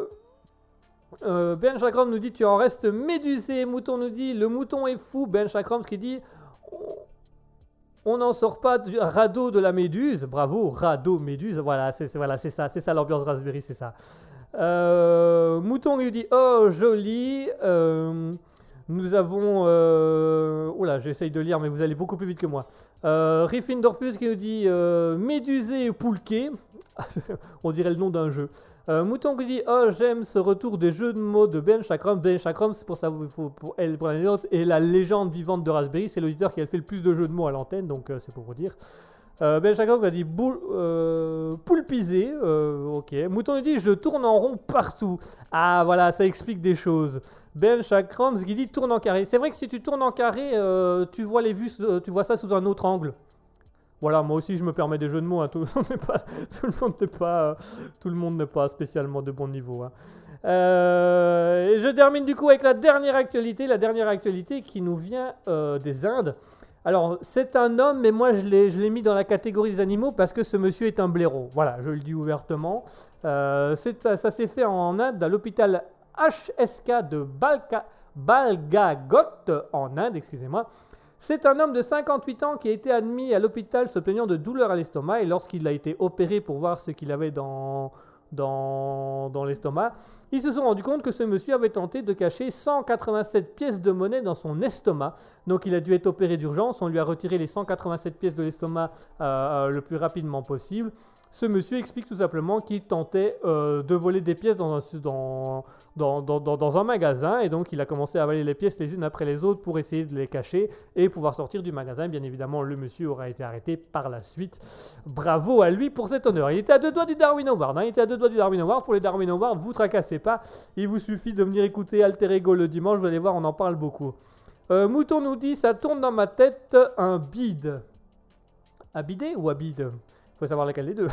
Ben Chakram nous dit tu en restes médusé. Mouton nous dit le mouton est fou. Ben Chakram qui dit on n'en sort pas du radeau de la méduse. Bravo, radeau, méduse. Voilà, c'est ça l'ambiance Raspberry, c'est ça. Mouton lui dit oh joli. Nous avons... Oula, j'essaye de lire, mais vous allez beaucoup plus vite que moi. Riffindorfus qui nous dit médusé poulquet. On dirait le nom d'un jeu. Mouton qui dit oh j'aime ce retour des jeux de mots de Ben Chakram. Ben Chakram, c'est pour ça pour l'anecdote, et la légende vivante de Raspberry, c'est l'auditeur qui a fait le plus de jeux de mots à l'antenne, donc c'est pour vous dire. Ben Chakram a dit poulpisé. Ok. Mouton lui dit je tourne en rond partout. Ah voilà, ça explique des choses. Ben Chakram qui dit tourne en carré. C'est vrai que si tu tournes en carré, tu vois les vues, tu vois ça sous un autre angle. Voilà, moi aussi je me permets des jeux de mots, hein. Tout le monde n'est pas spécialement de bon niveau, hein. Et je termine du coup avec la dernière actualité qui nous vient des Indes. Alors c'est un homme, mais moi je l'ai mis dans la catégorie des animaux parce que ce monsieur est un blaireau. Voilà, je le dis ouvertement. Ça s'est fait en Inde, à l'hôpital HSK de Balgagot en Inde, excusez-moi. C'est un homme de 58 ans qui a été admis à l'hôpital se plaignant de douleurs à l'estomac et lorsqu'il a été opéré pour voir ce qu'il avait dans l'estomac, ils se sont rendus compte que ce monsieur avait tenté de cacher 187 pièces de monnaie dans son estomac. Donc il a dû être opéré d'urgence, on lui a retiré les 187 pièces de l'estomac le plus rapidement possible. Ce monsieur explique tout simplement qu'il tentait de voler des pièces dans un magasin, et donc il a commencé à avaler les pièces les unes après les autres pour essayer de les cacher et pouvoir sortir du magasin. Bien évidemment, le monsieur aura été arrêté par la suite. Bravo à lui pour cet honneur. Il était à 2 doigts du Darwin Award. Il était à 2 doigts du Darwin Award. Pour les Darwin Awards, vous tracassez pas. Il vous suffit de venir écouter Alter Ego le dimanche. Vous allez voir, on en parle beaucoup. Mouton nous dit, ça tourne dans ma tête un bide. Un bidet ou un bide? Faut savoir lequel des deux.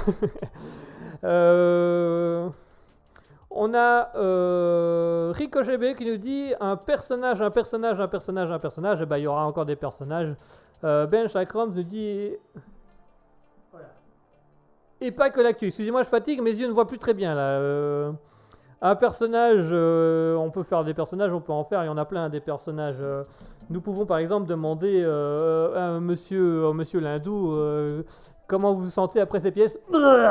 On a Ricochet B qui nous dit un personnage. Et ben il y aura encore des personnages. Ben Chakram nous dit. Voilà. Et pas que l'actu. Excusez-moi, je fatigue, mes yeux ne voient plus très bien là. Un personnage, on peut faire des personnages, on peut en faire, il y en a plein des personnages. Nous pouvons par exemple demander à monsieur Lindou comment vous vous sentez après ces pièces.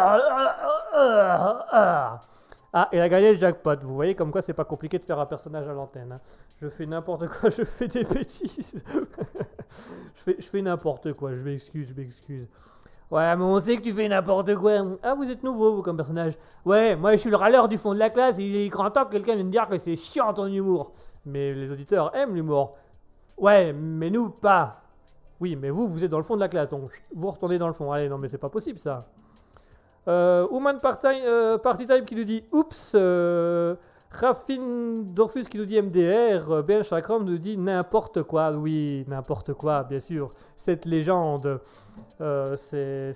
Ah, il a gagné le jackpot. Vous voyez comme quoi c'est pas compliqué de faire un personnage à l'antenne. Hein. Je fais n'importe quoi, je fais des bêtises. je fais n'importe quoi, je m'excuse. Ouais, mais on sait que tu fais n'importe quoi. Ah, vous êtes nouveau, vous, comme personnage. Ouais, moi, je suis le râleur du fond de la classe. Il est grand temps que quelqu'un vienne dire que c'est chiant ton humour. Mais les auditeurs aiment l'humour. Ouais, mais nous, pas. Oui, mais vous êtes dans le fond de la classe. Donc, vous retournez dans le fond. Allez, non, mais c'est pas possible, ça. Woman Party Time qui nous dit oups. Raffin Dorfus qui nous dit MDR. Ben Chakram nous dit n'importe quoi. Oui, n'importe quoi, bien sûr. Cette légende. C'est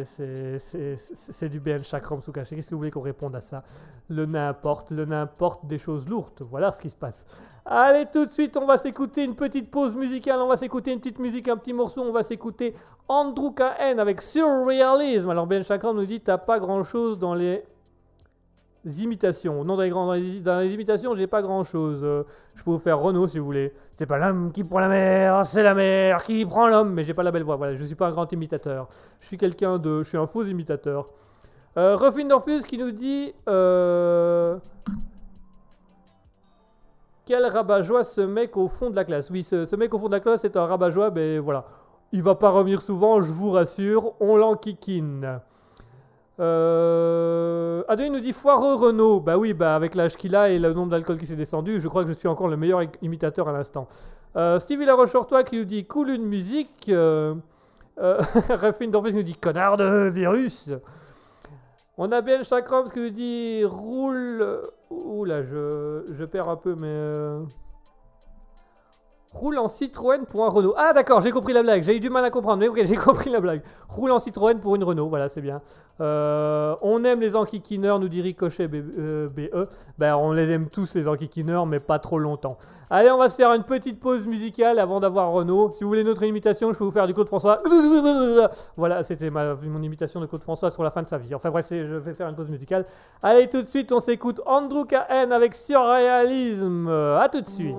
du BN Chakram sous cachet. Qu'est-ce que vous voulez qu'on réponde à ça? Le n'importe des choses lourdes. Voilà ce qui se passe. Allez, tout de suite, on va s'écouter une petite pause musicale. On va s'écouter une petite musique, un petit morceau. On va s'écouter Andrew KN avec Surrealism. Alors, BN Chakram nous dit t'as pas grand-chose dans les imitations. Non, dans les imitations, j'ai pas grand-chose. Je peux vous faire Renaud si vous voulez. C'est pas l'homme qui prend la mer, c'est la mer qui prend l'homme. Mais j'ai pas la belle voix. Voilà, je suis pas un grand imitateur. Je suis un faux imitateur. Ruffin Dorfus qui nous dit quel rabat-joie ce mec au fond de la classe. Oui, ce mec au fond de la classe est un rabat-joie, mais voilà. Il va pas revenir souvent, je vous rassure. On l'enquiquine. Adeline nous dit foireux Renault. Bah oui, avec l'âge qu'il a et le nombre d'alcool qui s'est descendu, je crois que je suis encore le meilleur imitateur à l'instant. Stevie Laroche-Ortois qui nous dit cool une musique. Ruffin Dorfus nous dit connard de virus. On a bien Chakram qui nous dit roule. Oula, je perds un peu, mais. Roule en Citroën pour un Renault. Ah d'accord, j'ai compris la blague. J'ai eu du mal à comprendre, mais ok, j'ai compris la blague. Roule en Citroën pour une Renault, voilà, c'est bien. On aime les enquiquineurs, nous dit Ricochet BE. On les aime tous les enquiquineurs, mais pas trop longtemps. Allez, on va se faire une petite pause musicale avant d'avoir Renault. Si vous voulez notre imitation, je peux vous faire du Claude François. Voilà, c'était mon imitation de Claude François sur la fin de sa vie. Enfin bref, je vais faire une pause musicale. Allez, tout de suite, on s'écoute Andrew KN avec Surrealism. À tout de suite.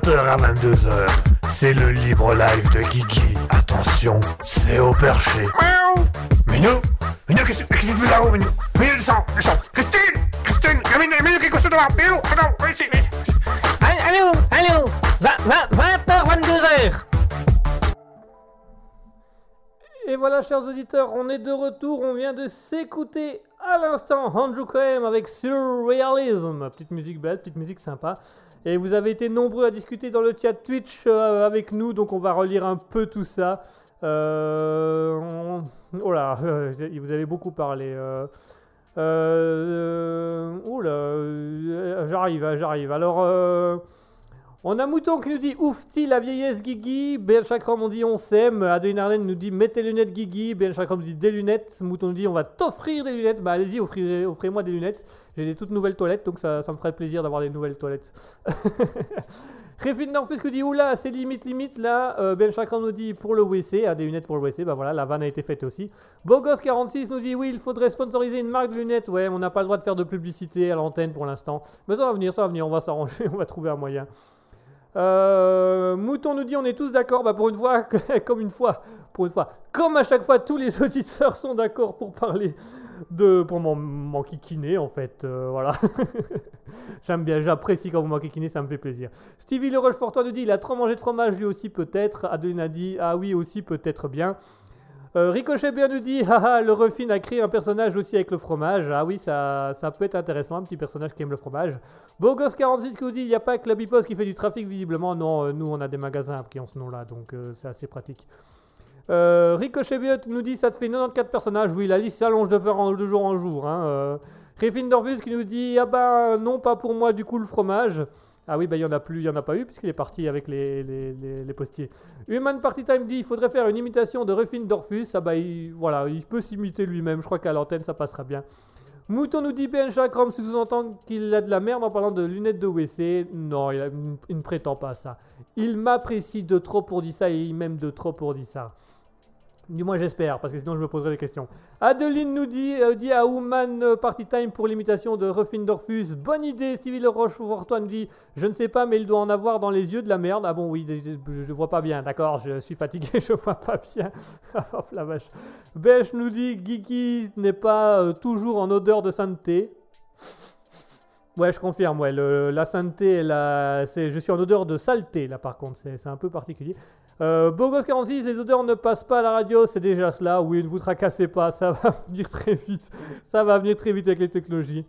20h à 22h, c'est le libre live de Guigui. Attention, c'est au perché. Miaou. Minou, qu'est-ce que tu fais là-haut, Minou? Minou, descends. Christine, Minou, qu'est-ce que tu fais là? Minou, attends, viens ici. Allô, 20h, 22h. Et voilà, chers auditeurs, on est de retour. On vient de s'écouter à l'instant Andrew Cohen avec Surrealism. Petite musique belle, petite musique sympa. Et vous avez été nombreux à discuter dans le chat Twitch avec nous, donc on va relire un peu tout ça. Oh là, vous avez beaucoup parlé. J'arrive. Alors, on a Mouton qui nous dit oufti la vieillesse Guigui. BL Chakram on dit on s'aime. Adeline Arlen nous dit mets tes lunettes Guigui. BL Chakram nous dit des lunettes. Mouton nous dit on va t'offrir des lunettes. Bah allez-y, offrez-moi des lunettes. J'ai des toutes nouvelles toilettes, donc ça me ferait plaisir d'avoir des nouvelles toilettes. Réfine Norfus qui dit oula, c'est limite là. Ben Chakram nous dit pour le WC, des lunettes pour le WC. Bah voilà, la vanne a été faite aussi. Bogos46 nous dit oui, il faudrait sponsoriser une marque de lunettes. Ouais, on n'a pas le droit de faire de publicité à l'antenne pour l'instant. Mais ça va venir, on va s'arranger, on va trouver un moyen. Mouton nous dit on est tous d'accord, bah pour une fois, comme à chaque fois tous les auditeurs sont d'accord pour parler pour m'enquiquiner en fait, voilà. J'aime bien, j'apprécie quand vous m'enquiquinez, ça me fait plaisir. Stevie Le Rochefortois nous dit il a trop mangé de fromage lui aussi peut-être. Adeline a dit ah oui aussi peut-être bien. Ricochet bien nous dit haha le Refine a créé un personnage aussi avec le fromage. Ah oui ça peut être intéressant, un petit personnage qui aime le fromage. Bogos46 qui nous dit il n'y a pas que la Bipos qui fait du trafic visiblement. Non, nous on a des magasins qui ont ce nom là donc c'est assez pratique. Ricochet Biot nous dit ça te fait 94 personnages. Oui la liste s'allonge de jour en jour hein. Réfine Dorvus qui nous dit ah bah non pas pour moi du coup le fromage. Ah oui, bah il n'y en a pas eu puisqu'il est parti avec les postiers. Human Party Time dit il faudrait faire une imitation de Ruffin Dorfus. Ah bah il peut s'imiter lui-même. Je crois qu'à l'antenne ça passera bien. Mouton nous dit BN Chakram sous-entend qu'il a de la merde en parlant de lunettes de WC. Non, il ne prétend pas ça. Il m'apprécie de trop pour dire ça et il m'aime de trop pour dire ça. Du moins j'espère, parce que sinon je me poserai des questions. Adeline nous dit à Woman Party Time pour l'imitation de Ruffin Dorfus. Bonne idée, Stevie Le Rochefortois nous dit je ne sais pas, mais il doit en avoir dans les yeux de la merde. Ah bon, oui, je vois pas bien, d'accord, je suis fatigué, je vois pas bien. Oh la vache. Besh nous dit Guigui n'est pas toujours en odeur de sainteté. Ouais, je confirme, ouais, la sainteté, je suis en odeur de saleté, là par contre, c'est un peu particulier. Bogos46, les odeurs ne passent pas à la radio, c'est déjà cela. Oui, ne vous tracassez pas, ça va venir très vite. Ça va venir très vite avec les technologies.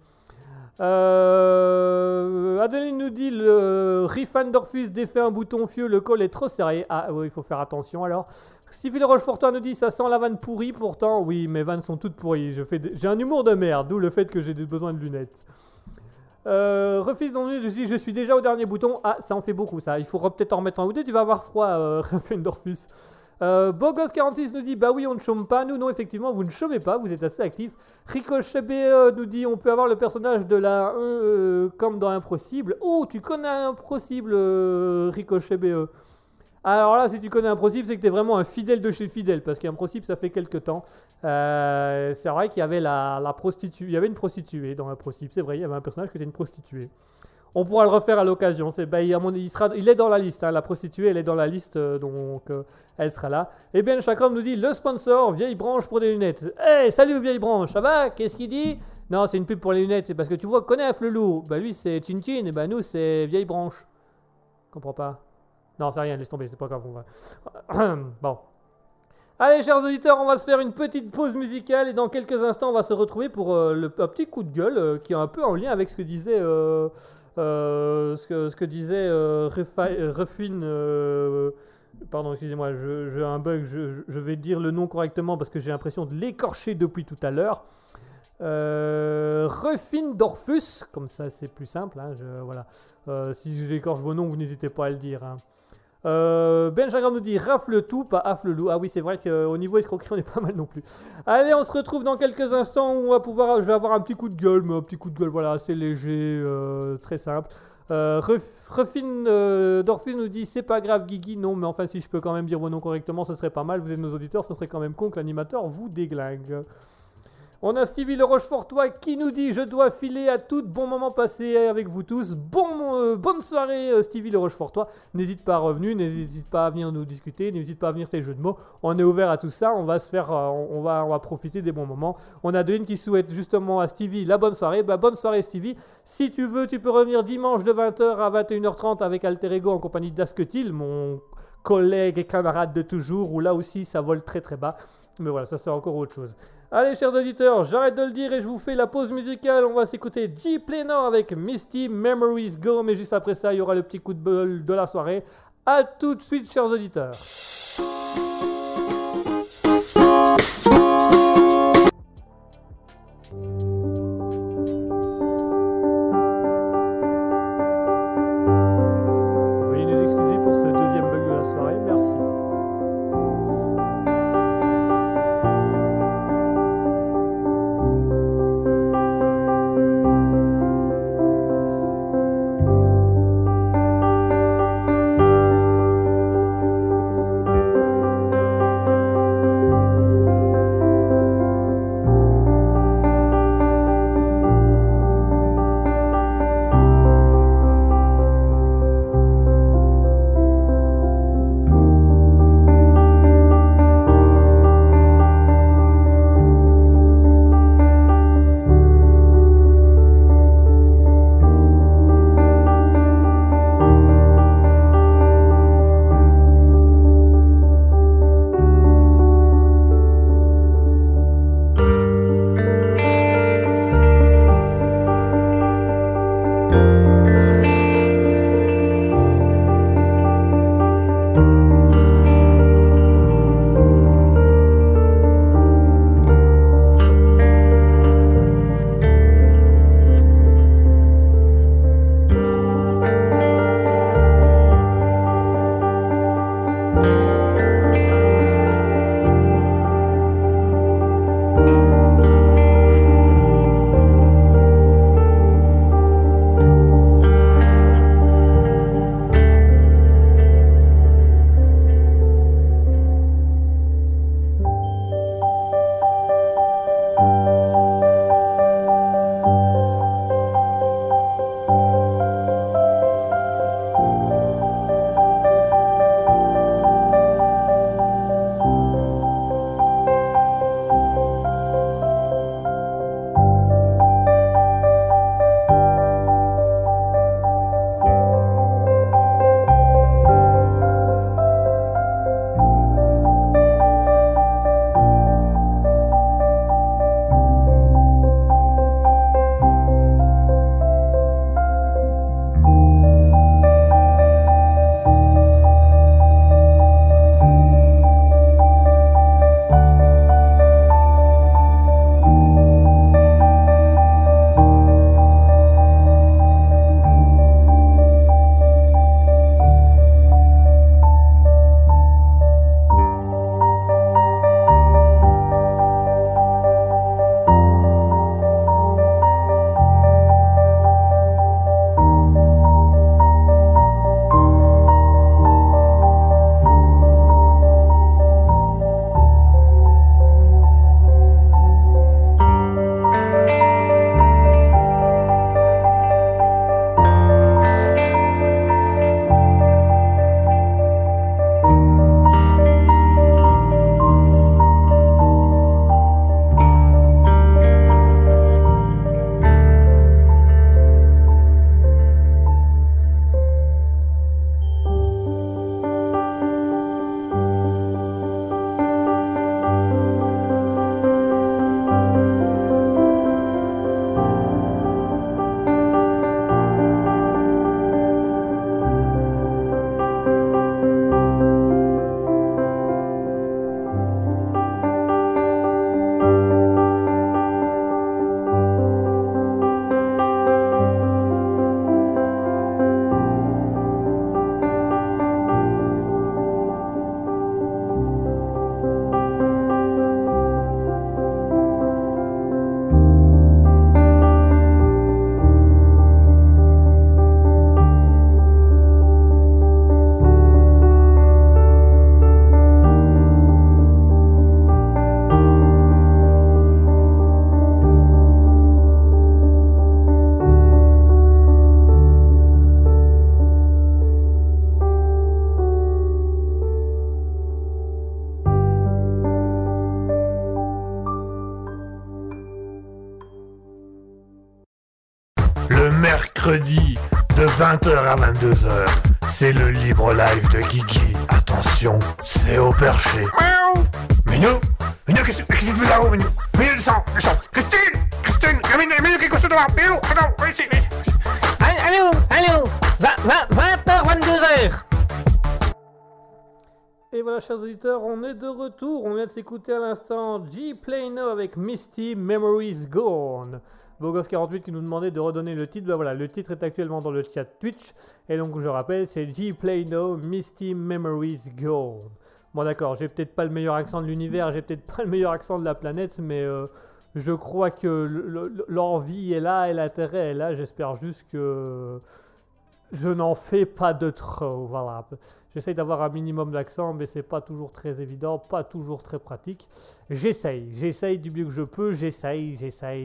Adeline nous dit le Riffan Dorfus défait un bouton fieux, le col est trop serré. Ah oui, il faut faire attention alors. Stevie Le Rochefortois nous dit ça sent la vanne pourrie pourtant. Oui, mes vannes sont toutes pourries. J'ai un humour de merde, d'où le fait que j'ai besoin de lunettes. Refuse d'en je suis déjà au dernier bouton. Ah, ça en fait beaucoup ça. Il faudra peut-être en remettre un ou deux. Tu vas avoir froid, Fendorfus. Bogos46 nous dit bah oui, on ne chôme pas. Nous, non, effectivement, vous ne chômez pas. Vous êtes assez actifs. Ricochet BE nous dit on peut avoir le personnage de la 1 comme dans Impossible. Oh, tu connais Impossible, Ricochet BE. Alors là, si tu connais Impossible, c'est que tu es vraiment un fidèle de chez fidèle, parce qu'Impossible, ça fait quelques temps. C'est vrai qu'il y avait la prostituée, il y avait une prostituée dans Impossible, c'est vrai, il y avait un personnage qui était une prostituée. On pourra le refaire à l'occasion. Il est dans la liste, hein, la prostituée, elle est dans la liste, donc elle sera là. Et bien, Chakram nous dit le sponsor, vieille branche pour des lunettes. Hey, salut vieille branche, ça va? Qu'est-ce qu'il dit? Non, c'est une pub pour les lunettes, c'est parce que tu vois, connais le loup. Bah lui, c'est Chin Chin, et bah nous, c'est vieille branche. Comprends pas? Non, c'est rien, laisse tomber, c'est pas grave, on va... Bon. Allez, chers auditeurs, on va se faire une petite pause musicale et dans quelques instants, on va se retrouver pour un petit coup de gueule qui est un peu en lien avec ce que disait... ce que disait Ruffin... pardon, excusez-moi, j'ai un bug, je vais dire le nom correctement parce que j'ai l'impression de l'écorcher depuis tout à l'heure. Ruffin Dorfus, comme ça c'est plus simple, hein, voilà. Si j'écorche vos noms, vous n'hésitez pas à le dire, hein. Ben Chagrin nous dit rafle tout, pas affle le loup. Ah oui, c'est vrai qu'au niveau escroquerie, on est pas mal non plus. Allez, on se retrouve dans quelques instants où je vais avoir un petit coup de gueule, mais un petit coup de gueule, voilà, assez léger, très simple. Ruffin Dorfus nous dit c'est pas grave, Guigui. Non, mais enfin, si je peux quand même dire vos noms correctement, ce serait pas mal. Vous êtes nos auditeurs, ce serait quand même con que l'animateur vous déglingue. On a Stevie le Rochefortois qui nous dit: je dois filer à tout, bon moment passé avec vous tous. Bonne soirée Stevie le Rochefortois. N'hésite pas à revenir, n'hésite pas à venir nous discuter, n'hésite pas à venir tes jeux de mots. On est ouvert à tout ça, on va se faire, on va profiter des bons moments. On a Deline qui souhaite justement à Stevie la bonne soirée. Bonne soirée Stevie. Si tu veux, tu peux revenir dimanche de 20h à 21h30 avec Alter Ego en compagnie d'Asketil, mon collègue et camarade de toujours, où là aussi ça vole très très bas. Mais voilà, ça c'est encore autre chose. Allez chers auditeurs, j'arrête de le dire et je vous fais la pause musicale. On va s'écouter J. Plenor avec Misty Memories Go. Mais juste après ça, il y aura le petit coup de bol de la soirée. A tout de suite chers auditeurs. Veuillez nous excuser pour ce deuxième bug de la soirée. Merci. mercredi de 20h à 22h. C'est le libre live de Guigui. Attention, c'est au perché. Miaou. Minou, qu'est-ce que tu fais là-haut, Minou? Minou, descends. Christine, Minou, qu'est-ce que tu fais? Minou, attends, viens ici. Allô, 20h, 22h. Et voilà, chers auditeurs, on est de retour. On vient de s'écouter à l'instant G-Plano avec Misty Memories Gone. Bogos48 qui nous demandait de redonner le titre. Ben voilà, le titre est actuellement dans le chat Twitch. Et donc, je rappelle, c'est G-Plano Misty Memories Gone. Bon, d'accord, j'ai peut-être pas le meilleur accent de l'univers, j'ai peut-être pas le meilleur accent de la planète, mais je crois que l'envie est là et l'intérêt est là. J'espère juste que je n'en fais pas de trop. Voilà. J'essaye d'avoir un minimum d'accent, mais c'est pas toujours très évident, pas toujours très pratique. J'essaye du mieux que je peux, j'essaye.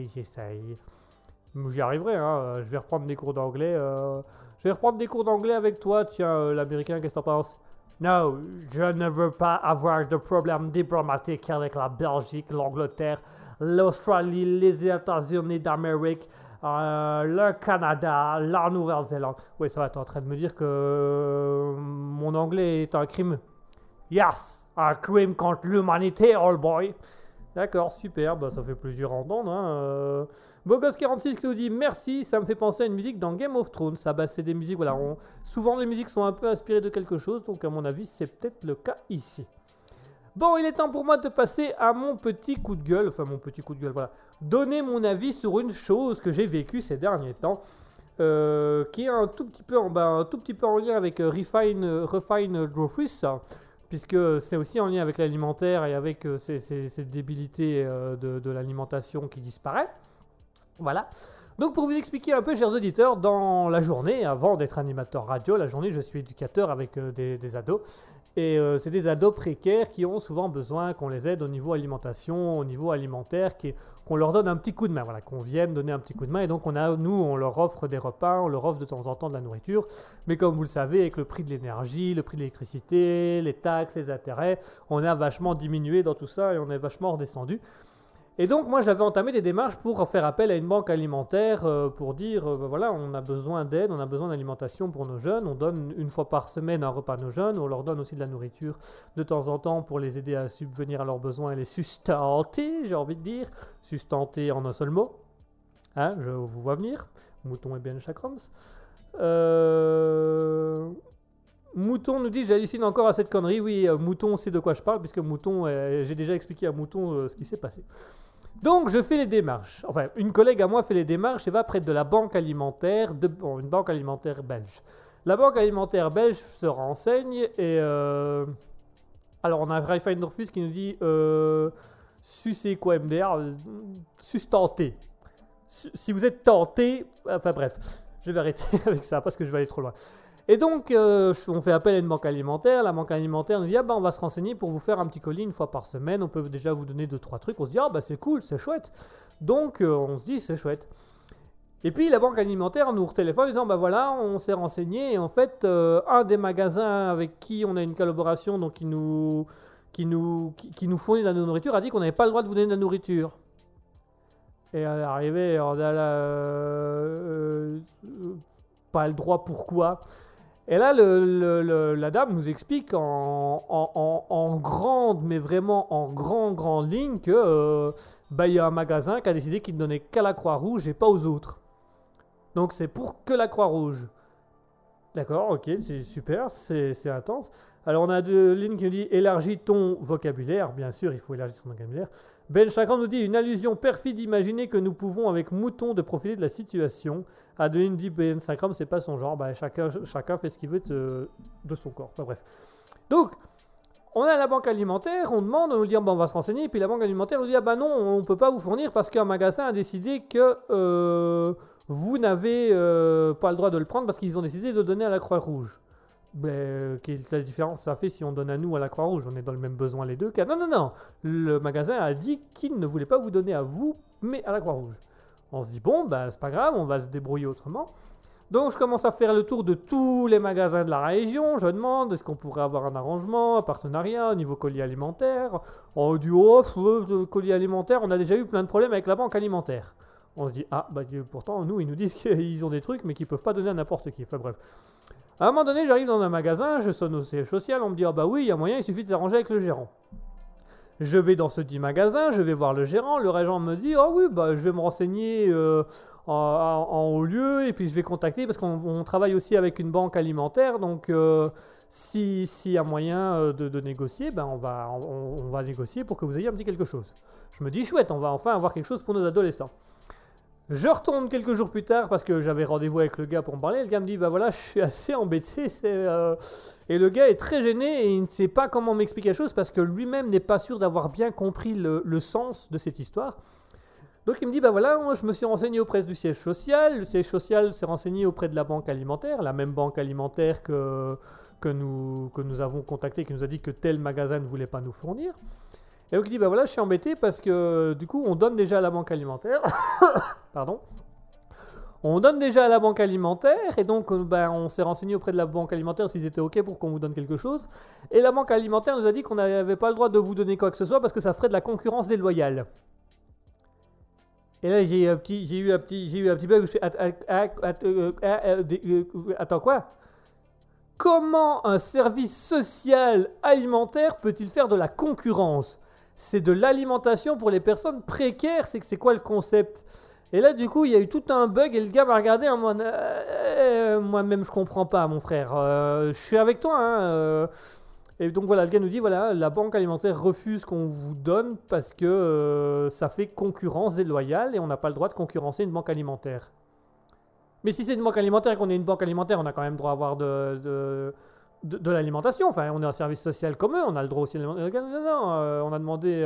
J'y arriverai, hein. Je vais reprendre des cours d'anglais. Je vais reprendre des cours d'anglais avec toi. Tiens, l'américain, qu'est-ce que t'en penses? Non, je ne veux pas avoir de problème diplomatique avec la Belgique, l'Angleterre, l'Australie, les États-Unis d'Amérique, le Canada, la Nouvelle-Zélande. Oui, ça va, t'es en train de me dire que mon anglais est un crime. Yes, un crime contre l'humanité, old boy. D'accord, super, bah ça fait plaisir à entendre. Hein. Bogos46 qui nous dit merci, ça me fait penser à une musique dans Game of Thrones. Ah bah c'est des musiques, voilà, souvent les musiques sont un peu inspirées de quelque chose, donc à mon avis c'est peut-être le cas ici. Bon, il est temps pour moi de passer à mon petit coup de gueule, voilà. Donner mon avis sur une chose que j'ai vécue ces derniers temps, qui est un tout petit peu en lien avec Refine Dreyfus, puisque c'est aussi en lien avec l'alimentaire et avec ces débilités de l'alimentation qui disparaît. Voilà. Donc pour vous expliquer un peu, chers auditeurs, dans la journée, avant d'être animateur radio, la journée je suis éducateur avec des ados. Et c'est des ados précaires qui ont souvent besoin qu'on les aide au niveau alimentation, au niveau alimentaire, qu'on leur donne un petit coup de main, voilà, qu'on vienne donner un petit coup de main. Et donc on leur offre des repas, on leur offre de temps en temps de la nourriture. Mais comme vous le savez, avec le prix de l'énergie, le prix de l'électricité, les taxes, les intérêts, on a vachement diminué dans tout ça et on est vachement redescendu. Et donc moi j'avais entamé des démarches pour faire appel à une banque alimentaire pour dire voilà, on a besoin d'aide, on a besoin d'alimentation pour nos jeunes, on donne une fois par semaine un repas à nos jeunes, on leur donne aussi de la nourriture de temps en temps pour les aider à subvenir à leurs besoins et les sustenter, j'ai envie de dire, sustenter en un seul mot, hein, je vous vois venir, Mouton et Ben Chakrams. Mouton nous dit, j'hallucine encore à cette connerie, oui, Mouton sait de quoi je parle, puisque Mouton, j'ai déjà expliqué à Mouton ce qui s'est passé. Donc je fais les démarches, enfin une collègue à moi fait les démarches et va près de la banque alimentaire, une banque alimentaire belge. La banque alimentaire belge se renseigne et alors on a Refine Dreyfus qui nous dit sucez quoi MDR, sustenter. Si vous êtes tenté, enfin bref, je vais arrêter avec ça parce que je vais aller trop loin. Et donc, on fait appel à une banque alimentaire. La banque alimentaire nous dit, on va se renseigner pour vous faire un petit colis une fois par semaine. On peut déjà vous donner 2-3 trucs. On se dit, c'est cool, c'est chouette. Donc, on se dit, c'est chouette. Et puis, la banque alimentaire nous retéléphone en disant, voilà, on s'est renseigné. Et en fait, un des magasins avec qui on a une collaboration, donc qui nous fournit de la nourriture, a dit qu'on n'avait pas le droit de vous donner de la nourriture. Et à l'arrivée, on a pas le droit, pourquoi ? Et là, la dame nous explique en grande, mais vraiment en grande ligne que il y a un magasin qui a décidé qu'il ne donnait qu'à la Croix-Rouge et pas aux autres. Donc c'est pour que la Croix-Rouge. D'accord, ok, c'est super, c'est intense. Alors on a deux lignes qui nous dit élargis ton vocabulaire. Bien sûr, il faut élargir son vocabulaire. Ben Chakran nous dit une allusion perfide d'imaginer que nous pouvons avec Mouton de profiter de la situation. Adeline dit Ben Chakran, c'est pas son genre. Chacun fait ce qu'il veut de son corps. Enfin bref. Donc, on est à la banque alimentaire, on demande, on nous dit on va se renseigner. Et puis la banque alimentaire nous dit non, on peut pas vous fournir parce qu'un magasin a décidé que vous n'avez pas le droit de le prendre parce qu'ils ont décidé de le donner à la Croix-Rouge. Quelle est la différence ça fait si on donne à nous à la Croix-Rouge? On est dans le même besoin les deux cas. Non. Le magasin a dit qu'il ne voulait pas vous donner à vous, mais à la Croix-Rouge. On se dit c'est pas grave, on va se débrouiller autrement. Donc je commence à faire le tour de tous les magasins de la région. Je demande est-ce qu'on pourrait avoir un arrangement, un partenariat au niveau colis alimentaire. On dit colis alimentaire, on a déjà eu plein de problèmes avec la banque alimentaire. On se dit, ah, bah pourtant, nous, ils nous disent qu'ils ont des trucs, mais qu'ils peuvent pas donner à n'importe qui. Enfin bref. À un moment donné, j'arrive dans un magasin, je sonne au siège social, on me dit, ah bah oui, il y a moyen, il suffit de s'arranger avec le gérant. Je vais dans ce dit magasin, je vais voir le gérant me dit, ah oui, bah je vais me renseigner en haut lieu, et puis je vais contacter, parce qu'on travaille aussi avec une banque alimentaire, donc s'il y a moyen de négocier, ben on va négocier pour que vous ayez un petit quelque chose. Je me dis, chouette, on va enfin avoir quelque chose pour nos adolescents. Je retourne quelques jours plus tard parce que j'avais rendez-vous avec le gars pour me parler. Le gars me dit, bah voilà, je suis assez embêté. Et le gars est très gêné et il ne sait pas comment m'expliquer la chose parce que lui-même n'est pas sûr d'avoir bien compris le sens de cette histoire. Donc il me dit, bah voilà, moi je me suis renseigné auprès du siège social. Le siège social s'est renseigné auprès de la banque alimentaire, la même banque alimentaire que nous avons contacté, qui nous a dit que tel magasin ne voulait pas nous fournir. Et donc il dit, bah voilà, je suis embêté parce que du coup, on donne déjà à la banque alimentaire. Pardon. On donne déjà à la banque alimentaire et donc on s'est renseigné auprès de la banque alimentaire s'ils étaient OK pour qu'on vous donne quelque chose. Et la banque alimentaire nous a dit qu'on n'avait pas le droit de vous donner quoi que ce soit parce que ça ferait de la concurrence déloyale. Et là, j'ai eu un petit bug où je fais, attends quoi ? Comment un service social alimentaire peut-il faire de la concurrence ? C'est de l'alimentation pour les personnes précaires, c'est quoi le concept ? Et là, du coup, il y a eu tout un bug et le gars m'a regardé en mode moi-même, je comprends pas, mon frère. Je suis avec toi, hein. Et donc voilà, le gars nous dit voilà, la banque alimentaire refuse qu'on vous donne parce que ça fait concurrence déloyale et on n'a pas le droit de concurrencer une banque alimentaire. Mais si c'est une banque alimentaire et qu'on est une banque alimentaire, on a quand même droit à avoir de l'alimentation. Enfin, on est un service social comme eux, on a le droit aussi à l'alimentation. Non, on a demandé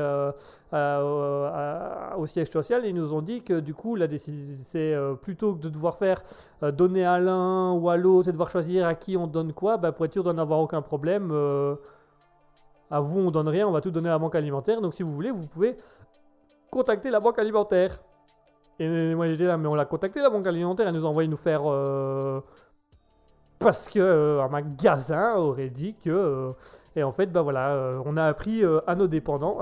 au siège social et ils nous ont dit que du coup, la décision, c'est plutôt que de devoir faire donner à l'un ou à l'autre et devoir choisir à qui on donne quoi, bah, pour être sûr d'en avoir aucun problème, à vous on donne rien, on va tout donner à la banque alimentaire. Donc si vous voulez, vous pouvez contacter la banque alimentaire. Et moi j'étais là, mais on l'a contacté la banque alimentaire, elle nous a envoyé nous faire parce que un magasin aurait dit que et en fait bah voilà, on a appris à nos dépens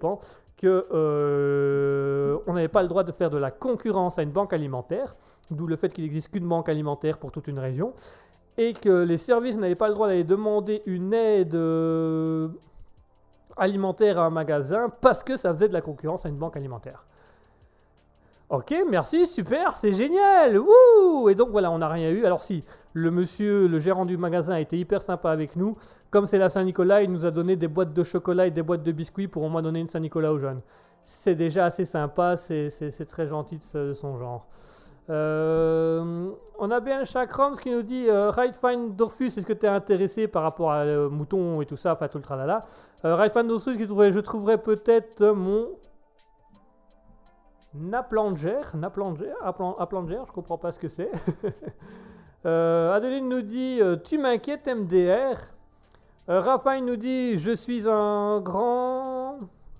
que on n'avait pas le droit de faire de la concurrence à une banque alimentaire, d'où le fait qu'il n'existe qu'une banque alimentaire pour toute une région, et que les services n'avaient pas le droit d'aller demander une aide alimentaire à un magasin parce que ça faisait de la concurrence à une banque alimentaire. Ok, merci, super, c'est génial, wouh! Et donc voilà, on n'a rien eu. Alors si, le gérant du magasin a été hyper sympa avec nous. Comme c'est la Saint-Nicolas, il nous a donné des boîtes de chocolat et des boîtes de biscuits pour au moins donner une Saint-Nicolas aux jeunes. C'est déjà assez sympa, c'est très gentil de son genre. On a bien Chakroms qui nous dit Right Fine Dorfus, est-ce que tu es intéressé par rapport à mouton et tout ça, enfin tout le tralala. Right Fine Dorfus, je trouverais peut-être mon Naplanger, je comprends pas ce que c'est. Adeline nous dit tu m'inquiètes MDR. Raphaël nous dit je suis un grand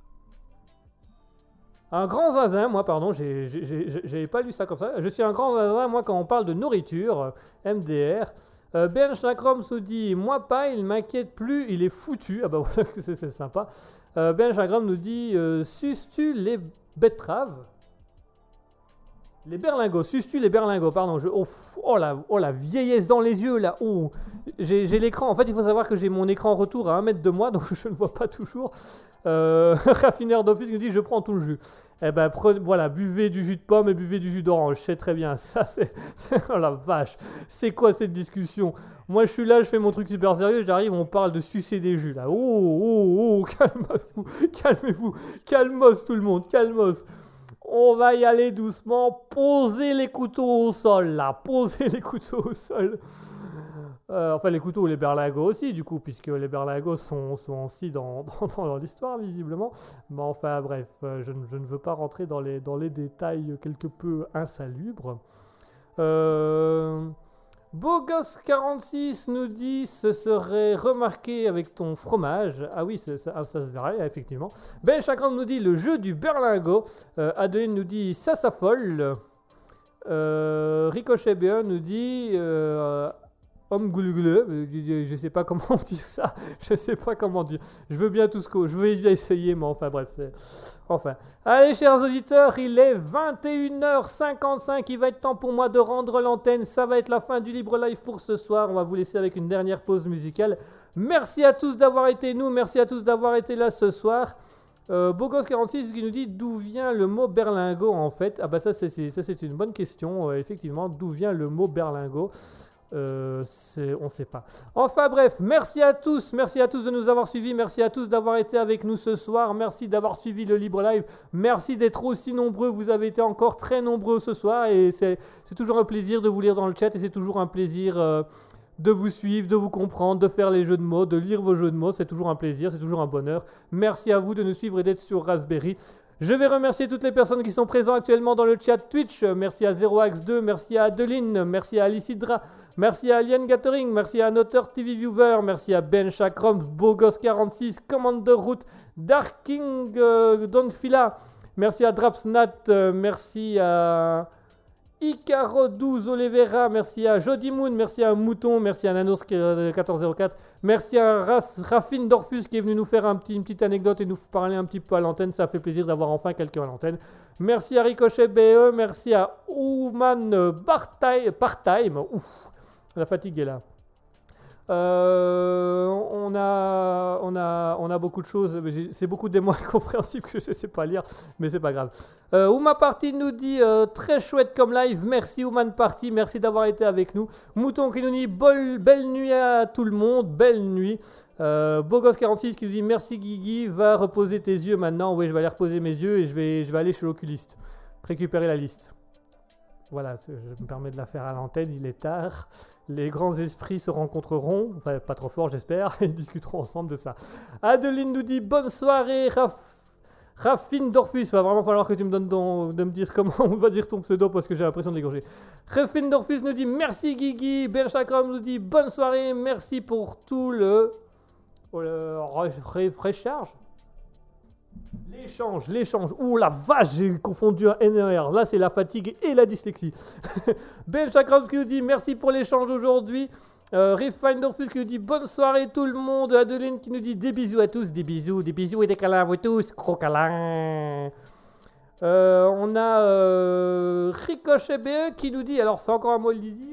zinzin, moi pardon, j'ai pas lu ça comme ça. Je suis un grand zinzin moi quand on parle de nourriture, MDR. Ben Chakrom nous dit moi pas, il m'inquiète plus, il est foutu. Ah bah voilà, c'est sympa. Ben Chakrom nous dit suces-tu les betteraves? Les berlingots, suces-tu les berlingots, pardon, oh la vieillesse dans les yeux là, oh, j'ai l'écran, en fait il faut savoir que j'ai mon écran retour à 1 mètre de moi, donc je ne vois pas toujours. Raffineur d'office nous dit je prends tout le jus. Eh ben voilà, buvez du jus de pomme et buvez du jus d'orange, c'est très bien, ça c'est, oh la vache, c'est quoi cette discussion? Moi je suis là, je fais mon truc super sérieux, j'arrive, on parle de sucer des jus là, oh, calmez-vous, calmos tout le monde, calmos. On va y aller doucement. Posez les couteaux au sol, là. Posez les couteaux au sol. Enfin, les couteaux ou les berlingots aussi, du coup, puisque les berlingots sont aussi dans l'histoire, visiblement. Mais enfin, bref, je ne veux pas rentrer dans les détails quelque peu insalubres. Beaugosse46 nous dit ce serait remarqué avec ton fromage. Ah oui, ça se verrait, effectivement. Ben Chakran nous dit le jeu du berlingot. Adeline nous dit ça s'affole. Ricochet B1 nous dit Homme goulgouleux, je sais pas comment dire ça, je sais pas comment dire. Je veux bien tout ce que je veux bien essayer, mais enfin bref, enfin. Allez, chers auditeurs, il est 21h55, il va être temps pour moi de rendre l'antenne. Ça va être la fin du Libre Live pour ce soir. On va vous laisser avec une dernière pause musicale. Merci à tous d'avoir été merci à tous d'avoir été là ce soir. Bogos46 qui nous dit d'où vient le mot berlingot en fait. Ah bah ça c'est une bonne question, effectivement, d'où vient le mot berlingot. On sait pas. Enfin bref, merci à tous de nous avoir suivis, merci à tous d'avoir été avec nous ce soir, merci d'avoir suivi le Libre Live, merci d'être aussi nombreux, vous avez été encore très nombreux ce soir et c'est toujours un plaisir de vous lire dans le chat et c'est toujours un plaisir de vous suivre, de vous comprendre, de faire les jeux de mots, de lire vos jeux de mots, c'est toujours un plaisir, c'est toujours un bonheur. Merci à vous de nous suivre et d'être sur Raspberry. Je vais remercier toutes les personnes qui sont présentes actuellement dans le chat Twitch. Merci à 0ax2, merci à Adeline, merci à Alicidra, merci à Alien Gathering, merci à Notter TV Viewer, merci à Ben Chakrom, Bogos46, Commander Root, Darking Donfila, merci à Drapsnat, merci à Icaro12 Olivera, merci à Jody Moon, merci à Mouton, merci à Nanos1404, merci à Raffine Dorfus qui est venu nous faire une petite anecdote et nous parler un petit peu à l'antenne. Ça fait plaisir d'avoir enfin quelqu'un à l'antenne. Merci à Ricochet BE, merci à Ouman Part-Time. Ouf, la fatigue est là. On a beaucoup de choses, c'est beaucoup des mots incompréhensibles que je ne sais pas lire, mais c'est pas grave. Ouma Party nous dit très chouette comme live, merci Ouman Party, merci d'avoir été avec nous. Mouton qui nous dit belle nuit à tout le monde, belle nuit. Bogos46 qui nous dit merci Guigui, va reposer tes yeux maintenant. Oui, je vais aller reposer mes yeux et je vais aller chez l'oculiste récupérer la liste. Voilà, je me permets de la faire à l'antenne, il est tard. Les grands esprits se rencontreront, enfin pas trop fort j'espère, et discuteront ensemble de ça. Adeline nous dit bonne soirée, Raffine Dorfus. Il va vraiment falloir que tu me donnes de me dire comment on va dire ton pseudo parce que j'ai l'impression de l'égorger. Raffine Dorfus nous dit merci Guigui. Ben Chakram nous dit bonne soirée, merci pour tout le recharge. L'échange. Ouh la vache, j'ai confondu un NER. Là, c'est la fatigue et la dyslexie. Ben Chakram qui nous dit merci pour l'échange aujourd'hui. Refine Dorfus qui nous dit bonne soirée tout le monde. Adeline qui nous dit des bisous à tous, des bisous et des câlins à vous tous. Gros câlins. On a Ricochet BE qui nous dit, alors c'est encore un mot lisible.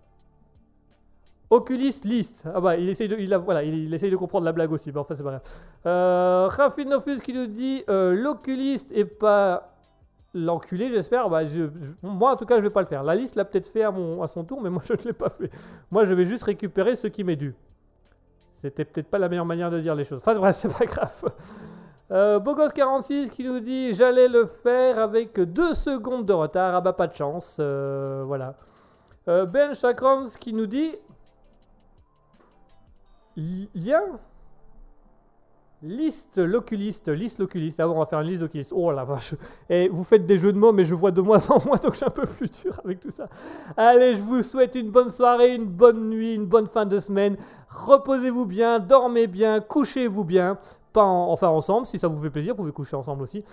Oculist list. Ah bah il essaye de comprendre la blague aussi, mais enfin c'est pas grave. Raffinofus qui nous dit l'oculiste et pas l'enculé, j'espère. Bah, moi en tout cas je vais pas le faire. La liste l'a peut-être fait à son tour, mais moi je ne l'ai pas fait. Moi je vais juste récupérer ce qui m'est dû. C'était peut-être pas la meilleure manière de dire les choses. Enfin bref, c'est pas grave. Bogos46 qui nous dit j'allais le faire avec 2 secondes de retard. Ah bah pas de chance. Voilà. Ben Chakrams qui nous dit lien liste l'oculiste. Ah bon, on va faire une liste d'oculistes. Oh la vache. Et vous faites des jeux de mots, mais je vois de moins en moins, donc je suis un peu plus dur avec tout ça. Allez, je vous souhaite une bonne soirée, une bonne nuit, une bonne fin de semaine. Reposez-vous bien, dormez bien, couchez-vous bien. Pas enfin ensemble, si ça vous fait plaisir, vous pouvez coucher ensemble aussi.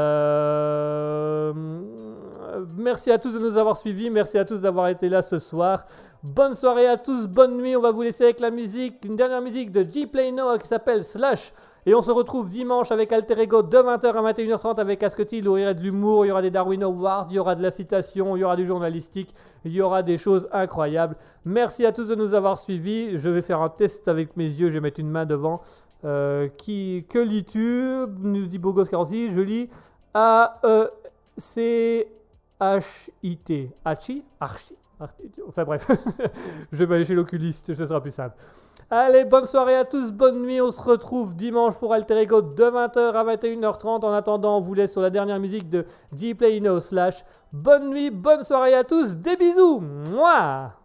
Merci à tous de nous avoir suivis, merci à tous d'avoir été là ce soir. Bonne soirée à tous, bonne nuit, on va vous laisser avec la musique, une dernière musique de G-Play Noah qui s'appelle Slash. Et on se retrouve dimanche avec Alter Ego de 20h à 21h30 avec Asketil où il y aura de l'humour, il y aura des Darwin Awards, il y aura de la citation, il y aura du journalistique, il y aura des choses incroyables. Merci à tous de nous avoir suivis, je vais faire un test avec mes yeux, je vais mettre une main devant. Que lis-tu nous dit Bogos46, je lis A-E-C-H-I-T. Archie. Enfin bref, je vais aller chez l'oculiste, ce sera plus simple. Allez, bonne soirée à tous, bonne nuit, on se retrouve dimanche pour Alter Ego de 20h à 21h30. En attendant, on vous laisse sur la dernière musique de G-Play No Slash. Bonne nuit, bonne soirée à tous, des bisous. Mouah.